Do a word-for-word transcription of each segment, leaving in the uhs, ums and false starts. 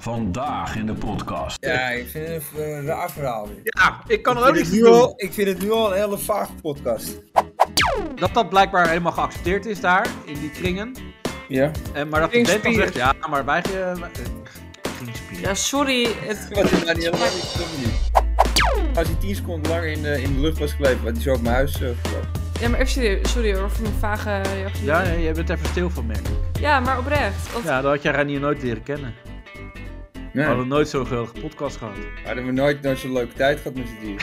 Vandaag in de podcast. Ja, ik vind het een, een raar verhaal. Ja, ik kan ik er ook vind niet het nu doen. al, Ik vind het nu al een hele vage podcast. Dat dat blijkbaar helemaal geaccepteerd is daar, in die kringen. Ja. En, maar dat de band dan zegt, ja, maar wij... Uh, uh, Ja, sorry. Het... Wat is nou niet helemaal niet, klopt niet. Als hij tien seconden langer in de, in de lucht was gebleven, had hij zo op mijn huis uh, gelopen. Ja, maar even serieus, sorry hoor, voor mijn vage reactie. Ja, nee, jij bent even stil van, merk ik. Ja, maar oprecht. Want... Ja, dan had jij Reinier nooit leren kennen. We Nee. hadden nooit zo'n geweldige podcast gehad. Hadden we nooit, nooit zo'n leuke tijd gehad met z'n dieren.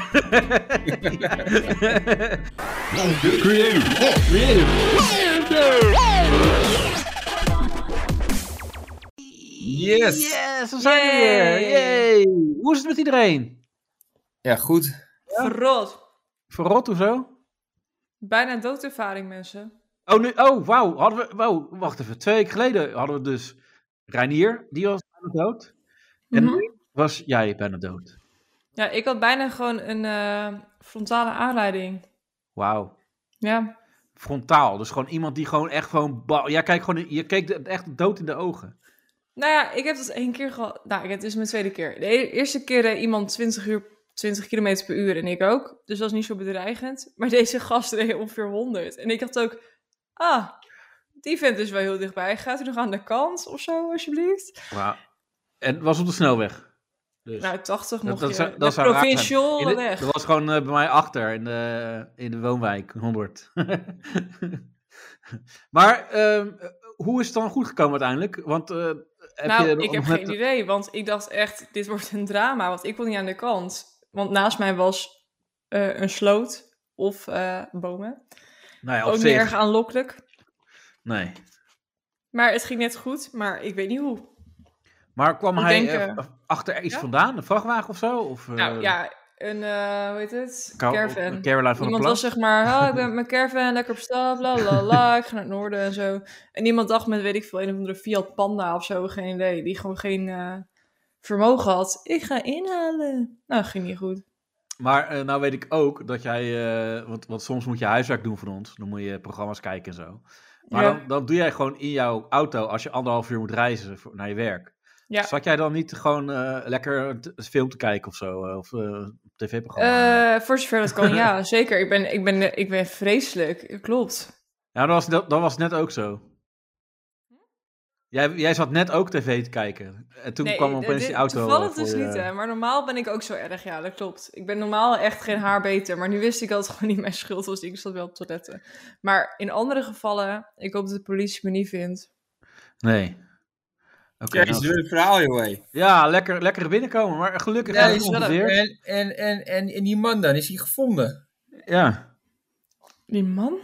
Yes! Yes, we zijn er weer. Yay! Hoe is het met iedereen? Ja, goed. Verrot. Verrot of zo? Bijna doodervaring, mensen. Oh, nu, oh, wauw. Hadden we, wow, wacht even. Twee weken geleden hadden we dus Reinier, die was bijna dood. En Mhm. nu was jij bijna dood. Ja, ik had bijna gewoon een uh, frontale aanrijding. Wauw. Ja. Frontaal. Dus gewoon iemand die gewoon echt gewoon... Ba- jij kijkt gewoon, je keek de- echt dood in de ogen. Nou ja, ik heb dat één keer gehad. Nou, het is mijn tweede keer. De e- eerste keer reed iemand twintig uur, twintig kilometer per uur en ik ook. Dus dat was niet zo bedreigend. Maar deze gast reed ongeveer honderd. En ik dacht ook, ah, die vent is wel heel dichtbij. Gaat u nog aan de kant of zo, alsjeblieft? Wauw. En het was op de snelweg. Dus. Nou, tachtig Dat- mocht dat je. zou- dat de zou raar zijn. provinciale In de- weg. Dat was gewoon uh, bij mij achter in de, in de woonwijk, honderd. Maar uh, hoe is het dan goed gekomen uiteindelijk? Want uh, heb nou, je ik heb nog geen net- idee, want ik dacht echt, dit wordt een drama, want ik kon niet aan de kant. Want naast mij was uh, een sloot of uh, bomen. Nou ja, op Ook zich. niet erg aanlokkelijk. Nee. Maar het ging net goed, maar ik weet niet hoe. Maar kwam Ik hij denk, uh, achter iets ja? vandaan? Een vrachtwagen of zo? Of, uh, Nou ja, een, uh, hoe heet het? Car- Caravan. Caroline van der Iemand Plas? was zeg maar, oh, ik ben met mijn caravan, lekker op stap, la la la, ik ga naar het noorden en zo. En iemand dacht met, weet ik veel, een of andere Fiat Panda of zo, geen idee, die gewoon geen uh, vermogen had. Ik ga inhalen. Nou, ging niet goed. Maar uh, nou weet ik ook dat jij, uh, want, want soms moet je huiswerk doen van ons, dan moet je programma's kijken en zo. Maar Ja. dan, dan doe jij gewoon in jouw auto, als je anderhalf uur moet reizen voor, naar je werk. Ja. Zat jij dan niet gewoon uh, lekker een t- film te kijken of zo? Uh, of uh, een tv-programma? Uh, voor zover dat kan, ja, zeker. Ik ben, ik ben, ik ben vreselijk, klopt. Ja, dat was, dat, dat was net ook zo. Jij, jij zat net ook tv te kijken. En toen Nee, kwam opeens dit- die auto. Toevallig voor dus je- niet, hè. Maar normaal ben ik ook zo erg, ja, dat klopt. Ik ben normaal echt geen haar beter, maar nu wist ik dat het gewoon niet mijn schuld was. Ik zat wel op toiletten. Maar in andere gevallen, ik hoop dat de politie me niet vindt. Nee. Oké. Ja, nou, is een verhaal, joh. hé. ja, lekker, lekker binnenkomen. Maar gelukkig Ja, heb ik is wel- ongeveer. En, en, en, en, en die man dan, is hij gevonden? Ja. Die man?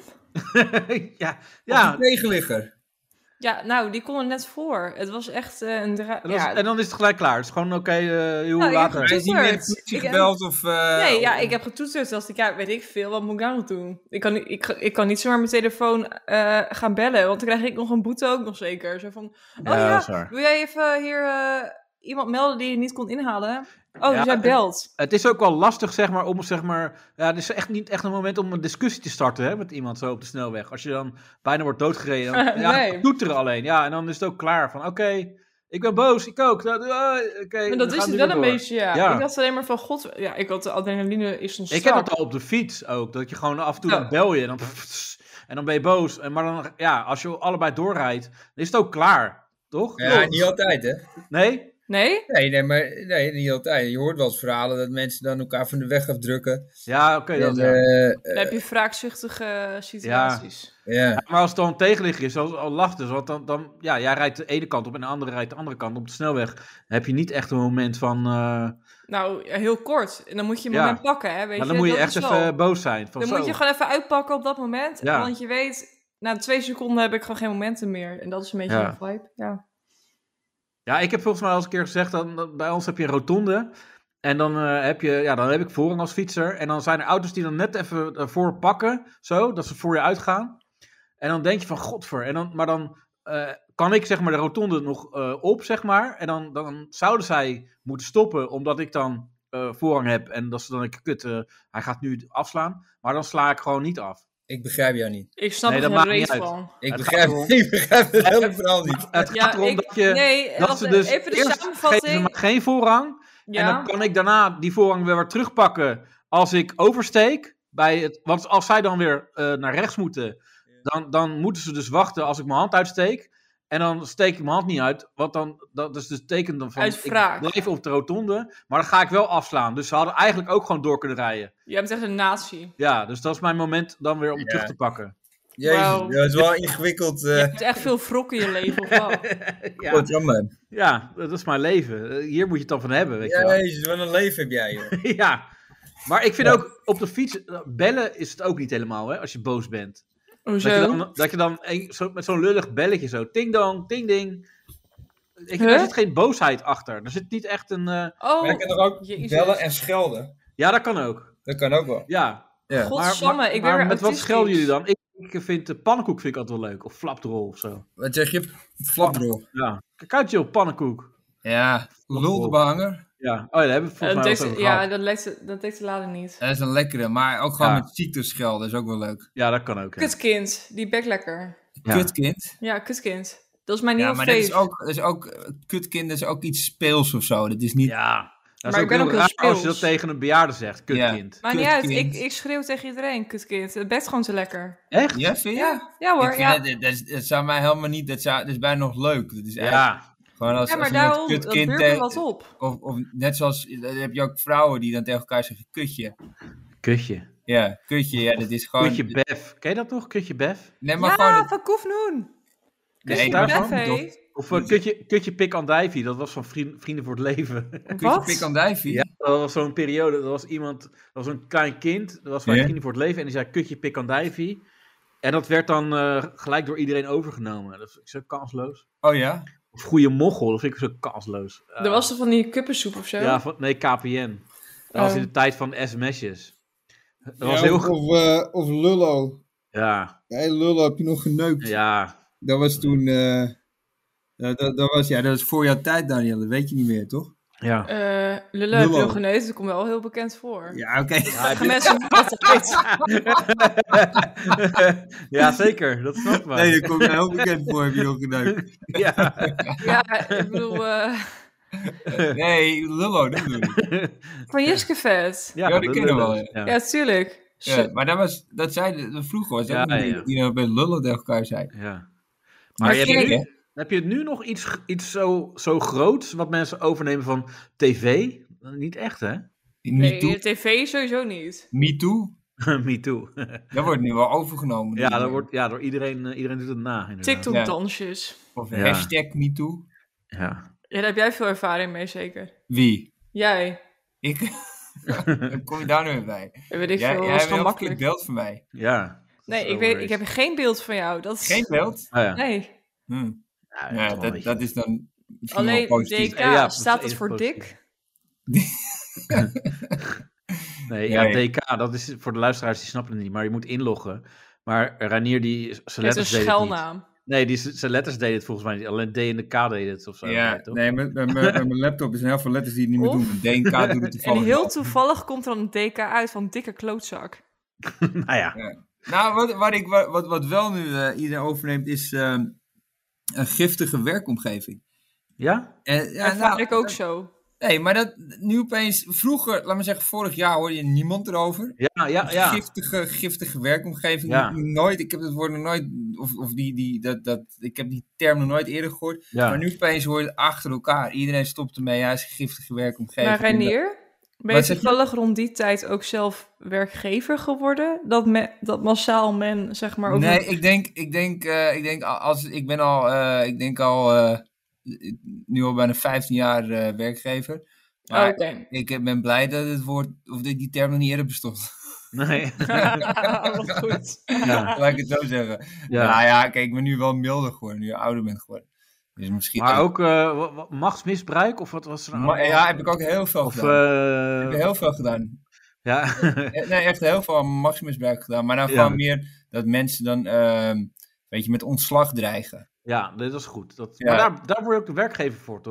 ja. Of Ja. die tegenligger? Ja, nou, die kon er net voor. Het was echt uh, een dra- En, dan is, ja, en dan is het gelijk klaar. Het is gewoon oké, okay, uh, hoe Nou, ik heb later. Hij is niet met de Toeterd. politie Ik heb- gebeld of... Uh, Nee, ja, ik heb getoeterd. Dacht ik, ja, weet ik veel, wat moet ik nou nog doen? Ik kan, niet- ik, ik kan niet zomaar mijn telefoon uh, gaan bellen, want dan krijg ik nog een boete ook nog zeker. Zo van, oh Ja, ja, dat is waar. wil jij even hier uh, iemand melden die je niet kon inhalen? Oh, Ja, dus jij belt. Het is ook wel lastig, zeg maar, om, zeg maar... Ja, het is echt niet echt een moment om een discussie te starten, hè, met iemand zo op de snelweg. Als je dan bijna wordt doodgereden, dan ja, Nee. toeteren alleen. Ja, en dan is het ook klaar van, oké, okay, ik ben boos, ik ook. Uh, uh, okay, Maar dat is het wel een beetje, ja. Ja. Ik dacht alleen maar van, god, ja, ik had de adrenaline is een Ik heb het al op de fiets ook, dat je gewoon af en toe Ja. dan bel je en dan, en dan ben je boos. En maar dan, ja, als je allebei doorrijdt, dan is het ook klaar, toch? Ja, niet altijd, hè? Nee? Nee? Nee, nee, maar nee, niet altijd. Je hoort wel eens verhalen dat mensen dan elkaar van de weg afdrukken. Ja, oké. En, dat ja. eh, Dan heb je wraakzuchtige situaties. ja. Ja, maar als het dan een tegenligger is, al, al lacht dus, want dan, dan, ja, jij rijdt de ene kant op en de andere rijdt de andere kant op de snelweg. Dan heb je niet echt een moment van, uh, Nou, ja, heel kort. En dan moet je een Ja. moment pakken, hè, weet maar je. dan moet je Dat echt is even wel- uh, boos zijn. Van Dan zo. moet je gewoon even uitpakken op dat moment. Ja. Want je weet, na twee seconden heb ik gewoon geen momenten meer. En dat is een beetje Ja. een vibe. Ja. Ja, ik heb volgens mij al eens een keer gezegd, dan, dan- bij ons heb je een rotonde. En dan, uh, heb je, ja, dan heb ik voorrang als fietser. En dan zijn er auto's die dan net even ervoor pakken, zo, dat ze voor je uitgaan. En dan denk je van, godver. En dan, maar dan uh, kan ik zeg maar de rotonde nog uh, op, zeg maar. En dan, dan zouden zij moeten stoppen, omdat ik dan uh, voorrang heb. En dat ze dan denken, kut, uh, hij gaat nu afslaan. Maar dan sla ik gewoon niet af. Ik begrijp jou niet. Ik snap Nee, er dat geen maakt niet reet uit. van. Ik Het begrijp, gaat erom- ik begrijp het helemaal vooral niet. Het Ja, gaat erom ik- dat, je, nee, dat wacht, ze dus even de eerst samenvatting. geven ze me geen voorrang. Ja. En dan kan ik daarna die voorrang weer, weer terugpakken als ik oversteek. Bij het, want als zij dan weer uh, naar rechts moeten, dan, dan moeten ze dus wachten als ik mijn hand uitsteek. En dan steek ik mijn hand niet uit, want dan, dat is dus teken dan van, Uit ik wraak. blijf op de rotonde, maar dan ga ik wel afslaan. Dus ze hadden eigenlijk ook gewoon door kunnen rijden. Je bent echt een nazi. Ja, dus dat is mijn moment dan weer om Ja. terug te pakken. Jezus, Wauw. dat is wel ingewikkeld. Je Uh, hebt echt veel wrok in je leven, of wat? ja, Wat jammer. ja, dat is mijn leven. Uh, Hier moet je het dan van hebben, weet je wel. Jezus, wat een leven heb jij, joh. Ja, maar ik vind Ja. ook op de fiets, uh, bellen is het ook niet helemaal, hè, als je boos bent. Dat je Hoezo? dan, dat je dan een- zo, met zo'n lullig belletje zo, ting dong, ting ding. Ik, Huh? Er zit geen boosheid achter. Er zit niet echt een... uh, Oh, Maar je kan toch ook Jezus. bellen en schelden? Ja, dat kan ook. Dat kan ook wel. Ja. Ja. Godsamme, ik ben maar weer met wat autistisch. schelden jullie dan? Ik, ik vind de pannenkoek vind ik altijd wel leuk. Of flapdrol of zo. Wat zeg je? Flapdrol. Ja. Kijk uit joh, pannenkoek. Ja, luldebehanger. Ja. Oh ja, dat hebben we volgens Eh, mij dat al deed- over ja, gehad. dat leek, dat deed de lader niet. Dat is een lekkere, maar ook gewoon Ja. met citrusschel, dat is ook wel leuk. Ja, dat kan ook. Ja. Kutkind, die bek lekker. Ja. Kutkind. Ja, kutkind. Dat is mijn Ja, nieuwe maar dat is fave. ook, dat is ook, eh, kutkind is ook iets speels of zo. Dat is niet... Ja. Dat is Maar ook ik ben heel ook heel raar als je speels. dat tegen een bejaarde zegt. Kutkind. Maar niet uit, Kutkind. ik, ik schreeuw tegen iedereen, kutkind. Het bed gewoon te lekker. Echt? Ja, vind je? Ja, ja hoor, Ik vind ja. het- dat, is, dat zou mij helemaal niet, dat, zou, dat is bijna nog leuk. Dat is eigenlijk Ja. gewoon als, Ja, maar als iemand daarom, dat kutkind beurt er tegen- wat op. Of, of net zoals, dan heb je ook vrouwen die dan tegen elkaar zeggen, kutje. Kutje. Ja, kutje, ja, dat is gewoon... Kutje Bef. Ken je dat nog? Kutje Bef? Nee, maar Ja, gewoon... van Koefnoen. Ken Nee, je maar daarvan? gewoon- Bef, hé. Of uh, kutje, kutje Pik Andijvie. Dat was van vriend, Vrienden voor het Leven. Kutje Wat? pik aan dijvie? Ja, dat was zo'n periode. Dat was iemand, dat was een klein kind. Dat was bij Ja. Vrienden voor het Leven. En die zei kutje Pik Andijvie. En dat werd dan uh, gelijk door iedereen overgenomen. Dat is zo kansloos. Oh ja? Of goede mochel. Dat vind ik zo kansloos. Uh, Er was toch van die kuppensoep of zo? Ja, van, nee, K P N. Dat was Oh. in de tijd van sms'jes. Dat Ja, was heel... of, go- of, eh, of Lullo. Ja, Hé, Lullo, heb je nog geneukt? ja. Dat was toen... eh, Dat, dat, dat was, ja, dat is voor jouw tijd, Daniel. Dat weet je niet meer, toch? Ja. Eh Lullo heb je Lullo. nog geneukt, dat komt wel heel bekend voor. Ja, oké. Ja, Zeggen mensen niet altijd. ja, zeker. Dat snap ik wel. Nee, dat komt mij heel bekend voor, heb je nog geneukt. Ja. Ja, ik bedoel, eh, Nee, Lullo, dat bedoel ik. van Jiske Vet. Ja, Ja, die kennen we wel, ja. Ja. Ja, tuurlijk. Ja, maar dat was, dat zei de, vroeger was dat Ja, ook een ding ja. dat iedereen bij Lullo tegen elkaar zei. Ja. Maar Maar je vind hebt, ik- nu, heb je nu nog iets, iets zo, zo groots wat mensen overnemen van tv? Niet echt, hè? Me Nee, Too, de tv sowieso niet. Me Too, Me too. dat wordt nu wel overgenomen. ja, dat wordt, ja, door iedereen, eh, iedereen doet het na. inderdaad. TikTok-dansjes. Of Ja. hashtag Me Too. Ja. Ja, daar heb jij veel ervaring mee, zeker. Wie? Jij. Ik? Dan kom je daar nu weer bij. Ja, weet ik Jij, veel, jij dat is hebt gewoon een makkelijk makkelijk. beeld van mij. Ja. Nee, Dat ik, is weet, ik overrated. heb geen beeld van jou. Dat is... Geen beeld? Ah, ja. Nee. Hm. Ja, Ja, toch wel een dat, beetje. dat is dan misschien wel Alleen positief. D K, Ja, ja, dat is staat het even voor positief. dik? Nee, ja, Nee. D K, dat is voor de luisteraars die snappen het niet, maar je moet inloggen. Maar Ranier, die zijn Het is een letters deed het niet. schuilnaam. Nee, die, zijn letters deden het volgens mij niet. Alleen D en de K deden het of zo. Ja, toch? nee, met, met, met, met mijn laptop is er heel veel letters die het niet meer Of- doen. D en K doet het En toevallig heel wel. toevallig komt er dan een D K uit van dikke klootzak. nou ja. Nou, wat, wat, ik, wat, wat wel nu eh, iedereen overneemt is eh, een giftige werkomgeving. Ja? En, Ja, ja, ervaar nou, ik ook zo. Nee, maar dat nu opeens, vroeger, laat maar zeggen, vorig jaar hoorde je niemand erover. Ja, ja, ja. Giftige, giftige werkomgeving. Ja. Nooit, ik heb het woord nog nooit, of, of die, die, dat, dat, ik heb die term nog nooit eerder gehoord. Ja. Maar nu opeens hoor je het achter elkaar. Iedereen stopt ermee, ja, is een giftige werkomgeving. Maar Reinier, ben je Wat zeg je? toevallig rond die tijd ook zelf werkgever geworden? Dat, me, dat massaal men, zeg maar... Over... Nee, ik denk, ik denk, eh, ik denk, als, ik ben al, eh, ik denk al, eh, nu al bijna vijftien jaar eh, werkgever. Maar Oh, oké. ik ben blij dat het woord, of die, die term nog niet eerder bestond. Nee. Wat goed. Ja. Laat ik het zo zeggen. Ja. Nou ja, kijk, ik ben nu wel milder geworden, nu je ouder bent geworden. Dus misschien Maar ook eh, wa- wa- machtsmisbruik? Of wat was er nou? Maar, ja, heb ik ook heel veel Of, gedaan. eh, Ik heb heel veel gedaan. ja. Eh, Nee, echt heel veel machtsmisbruik gedaan. Maar nou Ja. gewoon meer dat mensen dan, ehm weet je, met ontslag dreigen. ja, dit is goed. Dat, Ja. Maar daar, daar word je ook de werkgever voor, toch?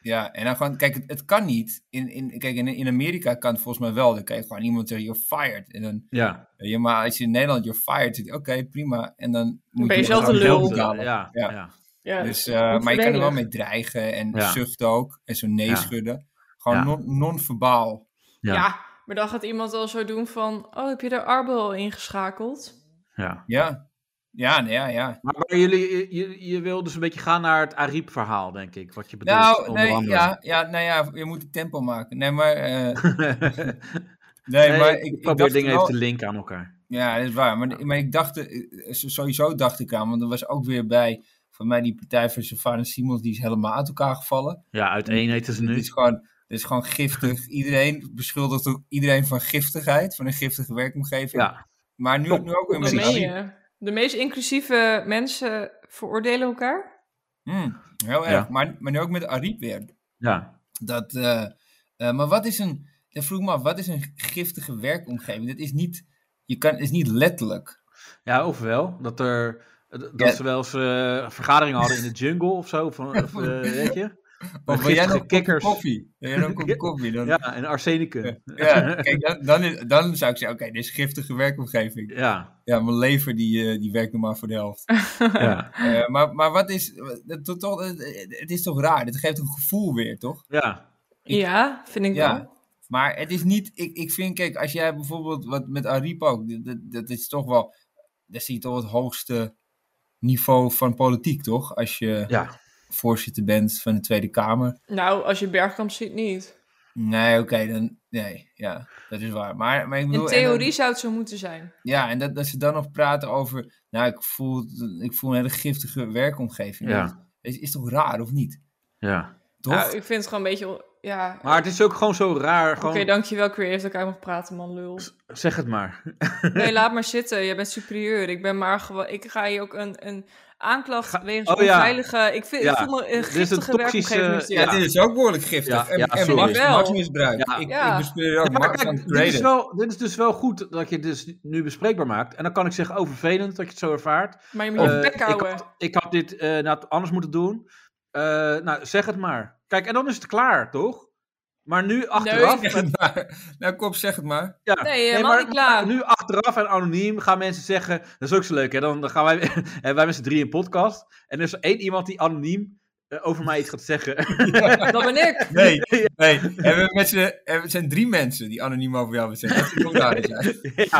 Ja, en dan gewoon, kijk, het, het kan niet. In, in, kijk, in, in Amerika kan het volgens mij wel. Dan kan je gewoon iemand zeggen, you're fired. En dan, Ja. ja, maar als je in Nederland, you're fired, zegt, oké, okay, prima. En dan moet ben je je zelf gewoon de lul. geld Ja, betalen. ja, Ja. ja. Ja, Dus, dat uh, is maar je kan er wel onvoordelig. mee dreigen en Ja. zuchten ook. En zo nee Ja. schudden. Gewoon Ja. non, non-verbaal. Ja. Ja, maar dan gaat iemand al zo doen van... Oh, heb je de Arbo al ingeschakeld? Ja. Ja, ja, nee, ja, ja. Maar, maar jullie, je, je wil dus een beetje gaan naar het Ariep-verhaal, denk ik. Wat je bedoelt, Nou, onder nee, andere. ja, ja, nou ja, je moet het tempo maken. Nee, maar... Uh, nee, nee, maar ik, ik, ik ik probeer dacht dingen wel, even te linken aan elkaar. Ja, dat is waar. Maar, maar ik dacht, uh, sowieso dacht ik aan, want er was ook weer bij... Van mij die partij van Sylvana en Simons, die is helemaal uit elkaar gevallen. Ja, uiteen eten ze Het nu. is gewoon, het is gewoon giftig. Iedereen beschuldigt ook iedereen van giftigheid, van een giftige werkomgeving. Ja. Maar nu, Klopt. nu ook weer Dat met meen die... je. De meest inclusieve mensen veroordelen elkaar? Hmm, heel erg. Ja. Maar, maar nu ook met Ariep weer. Ja. Dat, uh, uh, maar wat is een... Dat vroeg me af, wat is een giftige werkomgeving? Dat is niet... Je kan, het is niet letterlijk. Ja, ofwel. Dat er... Dat Ja. ze wel eens uh, vergaderingen hadden in de jungle of zo. Van, of, uh, weet je? Of wil jij nog een kikkers. kopje koffie? Wil jij nog een kopje koffie? Dan... Ja, en arsenicum. Ja, kijk, dan, dan, is, dan zou ik zeggen, oké, okay, dit is giftige werkomgeving. Ja. Ja, mijn lever die, uh, die werkt nog maar voor de helft. Ja. uh, maar, maar wat is... Het, toch, het is toch raar? Het geeft een gevoel weer, toch? Ja. Ik, ja, vind ik ja. wel. Maar het is niet... Ik, ik vind, kijk, als jij bijvoorbeeld... Wat met Ariep ook... Dat, dat is toch wel... Dat zie je toch het hoogste niveau van politiek, toch? Als je ja. voorzitter bent van de Tweede Kamer. Nou, als je Bergkamp ziet, niet. Nee, oké, okay, dan... Nee, ja, dat is waar. Maar, maar ik bedoel, in theorie dan, zou het zo moeten zijn. Ja, en dat, dat ze dan nog praten over... Nou, ik voel, ik voel een hele giftige werkomgeving. Ja. Dat is, is toch raar, of niet? Ja. Toch? Nou, ik vind het gewoon een beetje... Ja. Maar het is ook gewoon zo raar. Oké, gewoon... okay, dankjewel, Creative, dat ik uit mag praten, man, lul. Zeg het maar. Nee, laat maar zitten. Jij bent superieur. Ik ben maar gewoon... Ik ga hier ook een, een aanklacht Ga... wegens oh, onveilige... Ja. Ik, vind, ja. ik voel me een giftige een toxische... werkomgeving. Ja, dit is ook behoorlijk giftig. Ja, en ja, en macht, machtsmisbruik. Ja. Ik, Ja. ik bespeur ook ja, macht kijk, van dit, is wel, dit is dus wel goed dat je het dus nu bespreekbaar maakt. En dan kan ik zeggen, oh vervelend dat je het zo ervaart. Maar je moet je Uh, bek houden. Ik had, ik had dit uh, nou, anders moeten doen. Uh, nou, zeg het maar. Kijk, en dan is het klaar, toch? Maar nu achteraf... Nee, zeg het maar. Nou, Kop, zeg het maar. Ja. Nee, helemaal niet klaar. Nu achteraf en anoniem gaan mensen zeggen... Dat is ook zo leuk, hè? Dan, dan gaan wij... wij met z'n drie een podcast. En er is één iemand die anoniem uh, over mij iets gaat zeggen. Ja. Dat ben ik. Nee, nee. En we met z'n, het zijn drie mensen die anoniem over jou willen zeggen. Dat is ook raar zijn.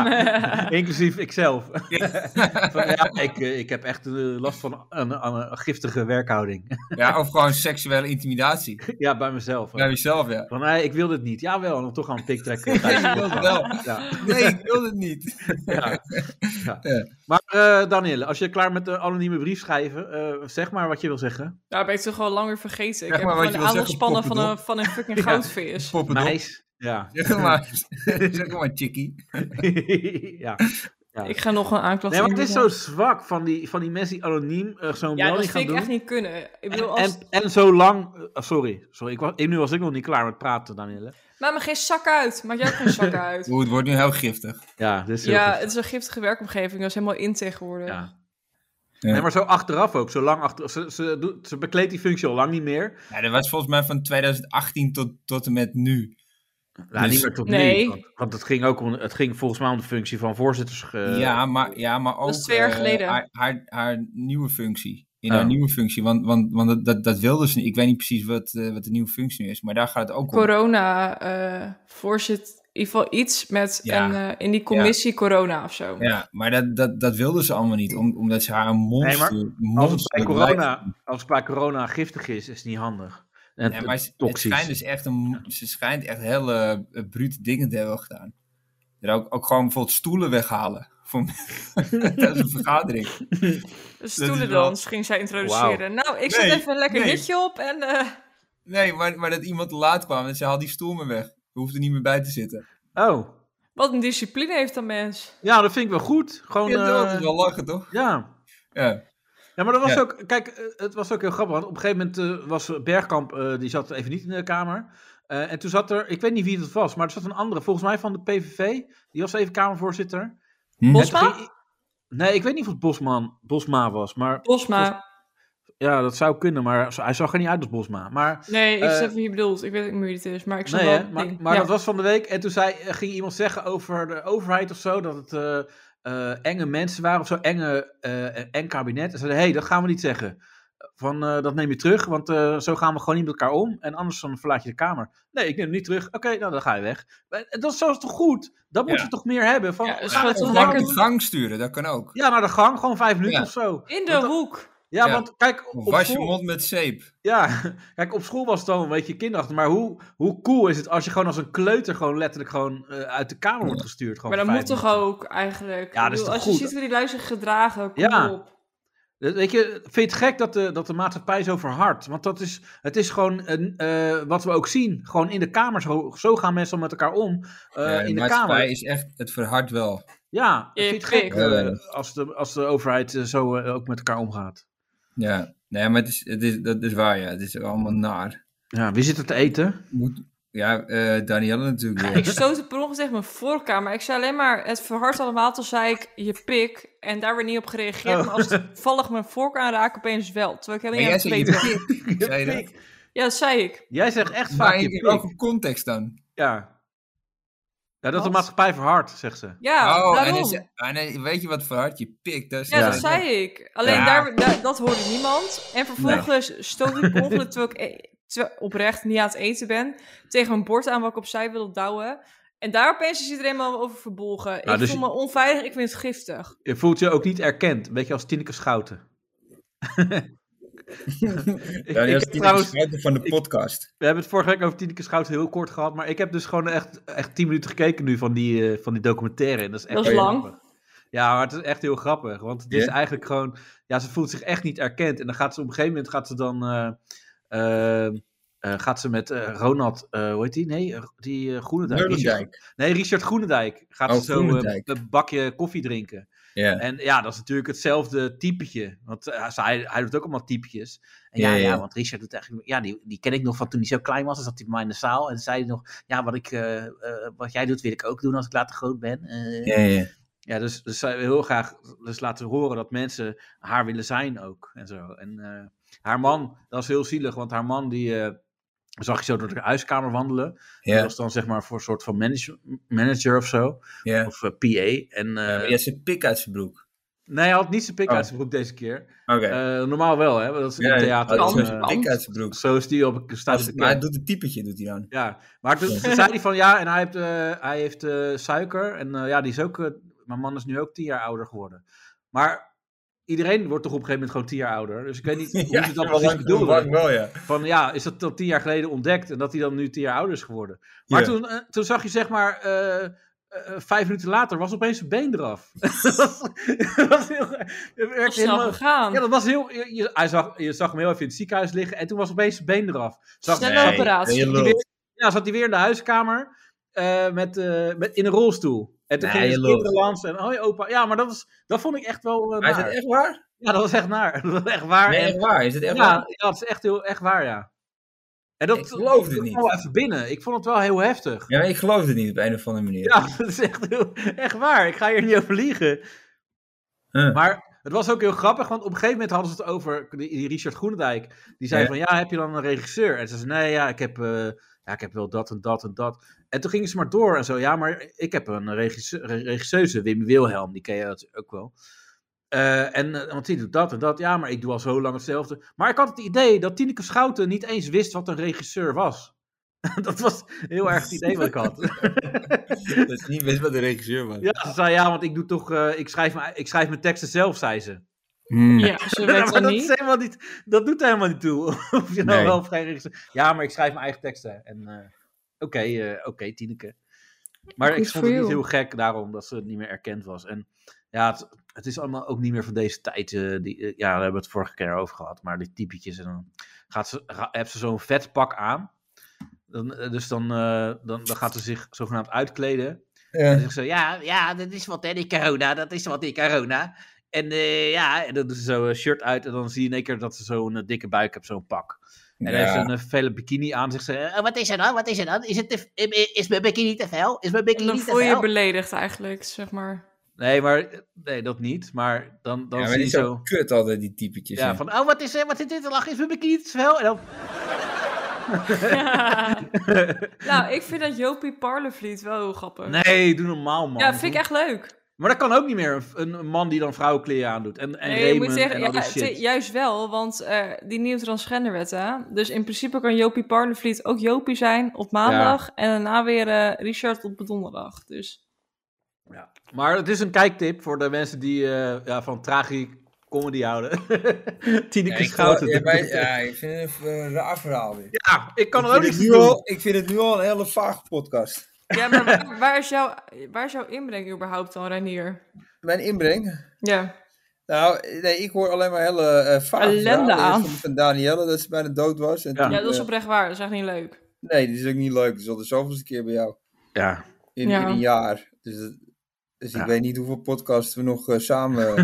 Ja, inclusief ikzelf. Van, ja, ik, ik heb echt uh, last van een, een, een giftige werkhouding. Ja, of gewoon seksuele intimidatie. Ja, bij mezelf. Bij jezelf, ja. Van, nee, ik wil dit niet. Jawel, dan toch aan een pik trekken. Ja, ik wil het wel. Ja. Nee, ik wil het niet. Ja. Ja. Ja. Maar uh, Danielle, als je klaar met de anonieme brief schrijven, uh, zeg maar wat je wil zeggen. Nou, ben ik toch al langer vergeten. Zeg ik heb maar gewoon de aandachtspannen van een, van een fucking goudvis. Meis. Ja. Zeg maar, zeg maar, chickie. Ja. Ja. Ik ga nog een aanklacht Nee, maar het is zo zwak van die, van die mensen die anoniem uh, zo'n ja, melding gaan doen. Ja, dat vind ik echt niet kunnen. Ik bedoel, en, als... en, en zo lang... Uh, sorry, sorry ik was, nu was ik nog niet klaar met praten, Danielle. Maak me geen zak uit. Maak jij ook geen zak uit. Oeh, het wordt nu heel giftig. Ja, dit is heel ja giftig. het is een giftige werkomgeving. Dat is helemaal in tegenwoordig. Ja. Ja. Nee, maar zo achteraf ook. Zo lang achter, ze, ze, doet, ze bekleedt die functie al lang niet meer. Ja, dat was volgens mij van twintig achttien tot, tot en met nu. Nou, dus, niet meer tot nee. nu. Want, want het ging ook om, het ging volgens mij om de functie van voorzitters. Uh, ja, maar, ja, maar ook dat is twee jaar geleden. Uh, haar, haar, haar nieuwe functie. In oh. haar nieuwe functie. Want, want, want dat, dat, dat wilde ze niet. Ik weet niet precies wat, uh, wat de nieuwe functie nu is. Maar daar gaat het ook om. Corona uh, voorzit. In ieder geval iets met ja. een, uh, in die commissie ja. corona of zo. Ja, maar dat, dat, dat wilde ze allemaal niet. Om, omdat ze haar een monster... Nee, monster als, het bij corona, als het bij corona giftig is, is het niet handig. En ja, maar het, het schijnt dus echt een, ze schijnt echt hele uh, brute dingen te hebben gedaan. Er ook, ook gewoon bijvoorbeeld stoelen weghalen. Voor dat is een vergadering. De stoelendans wel... ging zij introduceren. Wow. Nou, ik zet nee, even een lekker nee. hitje op en... Uh... Nee, maar, maar dat iemand te laat kwam en ze haal die stoel maar weg. Je hoeft er niet meer bij te zitten. Oh. Wat een discipline heeft dat mens. Ja, dat vind ik wel goed. Gewoon, ja, dat uh... is wel lachen, toch? Ja. Ja. Ja, maar dat was ja. ook... Kijk, het was ook heel grappig. Want op een gegeven moment uh, was Bergkamp... Uh, die zat even niet in de Kamer. Uh, en toen zat er... Ik weet niet wie het was, maar er zat een andere. Volgens mij van de P V V. Die was even Kamervoorzitter. Hm? Bosma? Ging... Nee, ik weet niet of het Bosman, Bosma was, maar... Bosma. Ja, dat zou kunnen, maar hij zag er niet uit als Bosma. Maar, Nee, ik uh, snap wat je bedoelt. Ik weet niet meer wie het is, maar ik snap nee, wel hè, het maar, ding. maar ja. dat was van de week. En toen zei, ging iemand zeggen over de overheid of zo, dat het uh, uh, enge mensen waren of zo, enge, uh, eng kabinet. En zeiden, hé, hey, dat gaan we niet zeggen. Van, uh, dat neem je terug, want uh, zo gaan we gewoon niet met elkaar om. En anders dan verlaat je de kamer. Nee, ik neem het niet terug. Oké, okay, nou dan ga je weg. En dat is zo toch goed? Dat moet ja. je toch meer hebben? Van, ja, dus ja, gewoon lekker de gang sturen, dat kan ook. Ja, naar de gang, gewoon vijf minuten ja. of zo. In de want, hoek. Ja, ja, want kijk... Op was school, je mond met zeep. Ja, kijk, op school was het dan een beetje kinderachtig. Maar hoe, hoe cool is het als je gewoon als een kleuter gewoon letterlijk gewoon uh, uit de kamer wordt gestuurd? Gewoon maar dat moet minuten. toch ook eigenlijk? Ja, dat is toch als goed? je ziet hoe die lui zich gedragen, kom ja. op. Weet je, vind je het gek dat de, dat de maatschappij zo verhardt? Want dat is, het is gewoon een, uh, wat we ook zien. Gewoon in de kamer, zo, zo gaan mensen met elkaar om. Uh, ja, de in de maatschappij kamer. is echt, het verhardt wel. Ja, Je vind je het gek ja. uh, als, de, als de overheid uh, zo uh, ook met elkaar omgaat? Ja, nee, maar het is, het is, dat is waar, ja. Het is allemaal naar. Ja, wie zit er te eten? Moet, ja, uh, Danielle natuurlijk weer. Ik stootte per ongeluk tegen mijn voorkamer. Maar ik zei alleen maar, het verhardt allemaal. Toen zei ik, je pik. En daar werd niet op gereageerd. Oh. Maar als het toevallig mijn voork aanraakt, opeens wel. Terwijl ik helemaal Maar niet jij aan zei het je weten. pik. Zei je dat? Ja, dat zei ik. Jij zegt echt Maar vaak je in, pik. in welke context dan? Ja. Ja, dat Wat? de maatschappij verhardt, zegt ze. Ja, oh, daarom. en is, ah, nee, weet je wat verhardt? Je pik. Dat is Ja, Ja. dat zei ik. Alleen Ja. daar, daar, dat hoorde niemand. En vervolgens stoot ik per ongeluk, terwijl ik e- terwijl oprecht niet aan het eten ben, tegen een bord aan wat ik opzij wil douwen. En daar opeens is iedereen me over verbolgen. Nou, ik dus voel je- me onveilig, ik vind het giftig. Je voelt je ook niet erkend. Een beetje als Tineke Schouten. ik, Ja, ik dat heb is trouwens, de van de podcast. we hebben het vorige week over Tineke Schouten heel kort gehad. Maar ik heb dus gewoon echt, echt tien minuten gekeken nu van die, uh, van die documentaire. En dat is echt Dat is heel lang. grappig. Ja, maar het is echt heel grappig. Want het is Ja? eigenlijk gewoon... Ja, ze voelt zich echt niet erkend. En dan gaat ze op een gegeven moment gaat ze dan... Uh, uh, uh, gaat ze met uh, Ronald... Uh, hoe heet die? Nee, uh, die uh, Groenendijk. Groenendijk. Richard, nee, Richard Groenendijk. Gaat Oh, ze zo uh, Groenendijk. een bakje koffie drinken. Ja. En ja, dat is natuurlijk hetzelfde typetje. Want uh, hij, hij doet ook allemaal typetjes. En ja, Ja, ja, ja. ja, want Richard doet eigenlijk... Ja, die, die ken ik nog van toen hij zo klein was. Dan zat hij bij mij in de zaal. En zei hij nog... Ja, wat, ik, uh, uh, wat jij doet, wil ik ook doen als ik later groot ben. Uh, Ja, ja. Ja, dus, dus zij wil heel graag dus laten horen dat mensen haar willen zijn ook. En zo. En uh, haar man, dat is heel zielig. Want haar man, die uh, zag je zo door de huiskamer wandelen. Die Ja. was dan zeg maar voor een soort van manager, manager of zo. Ja. Of uh, P A. En, uh, Ja, maar je zit pik uit zijn broek. Nee, hij had niet zijn pik Oh. uit zijn broek deze keer. Oké. Uh, normaal wel, hè. Dat is in Ja, theater. hij dan, heeft uh, zijn pik uit zijn broek. zo is die op staat Als, te maar hij doet een typetje, doet hij dan. Ja, maar toen, toen zei hij van ja, en hij heeft, uh, hij heeft uh, suiker. En uh, ja, die is ook... Uh, mijn man is nu ook tien jaar ouder geworden. Maar iedereen wordt toch op een gegeven moment gewoon tien jaar ouder. Dus ik weet niet hoe Ja, ze dat wel precies lang- bedoelen. lang wel, ja. Van ja, is dat al tien jaar geleden ontdekt en dat hij dan nu tien jaar ouder is geworden. Maar Ja. toen, uh, toen zag je zeg maar, uh, uh, vijf minuten later was opeens zijn been eraf. dat was, dat was heel, het Dat werkte is snel helemaal- gegaan. Ja, dat was heel, je, je- hij zag, je zag hem heel even in het ziekenhuis liggen en toen was opeens zijn been eraf. Zag, Snelle zag- operatie. je zat hij lult. weer, ja, zat hij weer in de huiskamer uh, met, uh, met, in een rolstoel. En toen Nee, ging je hij lult. kinderen langs en hoi opa. Ja, maar dat, was, dat vond ik echt wel uh, Maar is naar. het echt waar? Ja, dat was echt naar. Dat was echt waar. Nee, En- echt waar. Is het echt ja, waar? ja, dat is echt, heel, echt waar, ja. En dat Ik geloof het dat niet. kwam wel even binnen. Ik vond het wel heel heftig. Ja, maar ik geloof het niet op een of andere manier. Ja, dat is echt, heel, echt waar. Ik ga hier niet over liegen. Huh. Maar het was ook heel grappig, want op een gegeven moment hadden ze het over die, die Richard Groenendijk. Die zei Ja. van, ja, heb je dan een regisseur? En ze zei, nee, ja ik, heb, uh, ja, ik heb wel dat en dat en dat. En toen gingen ze maar door en zo. Ja, maar ik heb een regisseur, regisseuse, Wim Wilhelm, die ken je natuurlijk ook wel. Uh, en, uh, want die doet dat en dat. Ja, maar ik doe al zo lang hetzelfde. Maar ik had het idee dat Tineke Schouten niet eens wist wat een regisseur was. Dat was heel erg het idee wat ik had. Dat is niet best wat de regisseur was. Ja, ze zei ja, want ik doe toch, uh, ik, schrijf mijn, ik schrijf mijn teksten zelf, zei ze. Hmm. Ja, ze Ja, weet maar dan dat, niet. is helemaal niet, dat doet helemaal niet toe. Of je nou Nee. wel of geen regisseur. Ja, maar ik schrijf mijn eigen teksten. En uh, oké, okay, uh, oké, okay, Tineke. Maar Good ik vond for het niet you. heel gek daarom dat ze het niet meer erkend was. En ja, het, het is allemaal ook niet meer van deze tijd. Uh, die, uh, ja, daar hebben we het vorige keer over gehad. Maar die typetjes en dan gaat ze, ga, heeft ze zo'n vet pak aan. Dan, uh, dus dan, uh, dan, dan gaat ze zich zogenaamd uitkleden. Ja. En dan zegt ze, ja, ja, dat is wat, hè, die corona, dat is wat, die corona. En uh, ja, en dan doet ze zo een shirt uit en dan zie je in één keer dat ze zo'n uh, dikke buik heeft, zo'n pak. En dan Ja. heeft ze een uh, vele bikini aan, zegt ze, uh, wat is er dan, wat is er dan? Is, het te, is mijn bikini te fel? Is mijn En bikini dan te voel je je fel? beledigd eigenlijk, zeg maar. Nee, maar nee, dat niet. Maar dan, dan Ja, maar zie die je is zo... zo kut altijd, die typetjes. Ja, hè. van, oh, wat is, er? Wat is dit? Te lachen is mijn bikini te veel. En dan... Nou, ik vind dat Jopie Parlevliet wel heel grappig. Nee, doe normaal, man. Ja, vind ik echt leuk. Maar dat kan ook niet meer, een, een man die dan vrouwenkleren aandoet. En, en Nee, je Raymond moet zeggen, en ja, al die het- shit. juist wel, want eh, die nieuwe transgenderwet, hè? Dus in principe kan Jopie Parlevliet ook Jopie zijn op maandag en daarna weer eh, Richard op donderdag. Dus Ja. Maar het is een kijktip voor de mensen die eh, ja, van tragicomedy houden. Tineke Ja, ik, Schouten. ja, maar- ja, ik vind het een eh, raar verhaal weer. Ja, ik kan ik, er ook vind niet het van nu doen. al, ik vind het nu al een hele vage podcast. ja, maar waar, waar, is jouw, waar is jouw inbreng überhaupt dan, Reinier? Mijn inbreng? Ja. Nou, nee, ik hoor alleen maar hele uh, vage Ellende verhalen. aan. Eerst van Danielle, dat ze bijna dood was. En Ja. toen, Ja, dat is eh, oprecht waar. Dat is echt niet leuk. Nee, die is ook niet leuk. Dat is al de zoveelste keer bij jou. Ja. In, Ja. in een jaar. Dus, dat- dus Ja. ik weet niet hoeveel podcasts we nog eh, samen...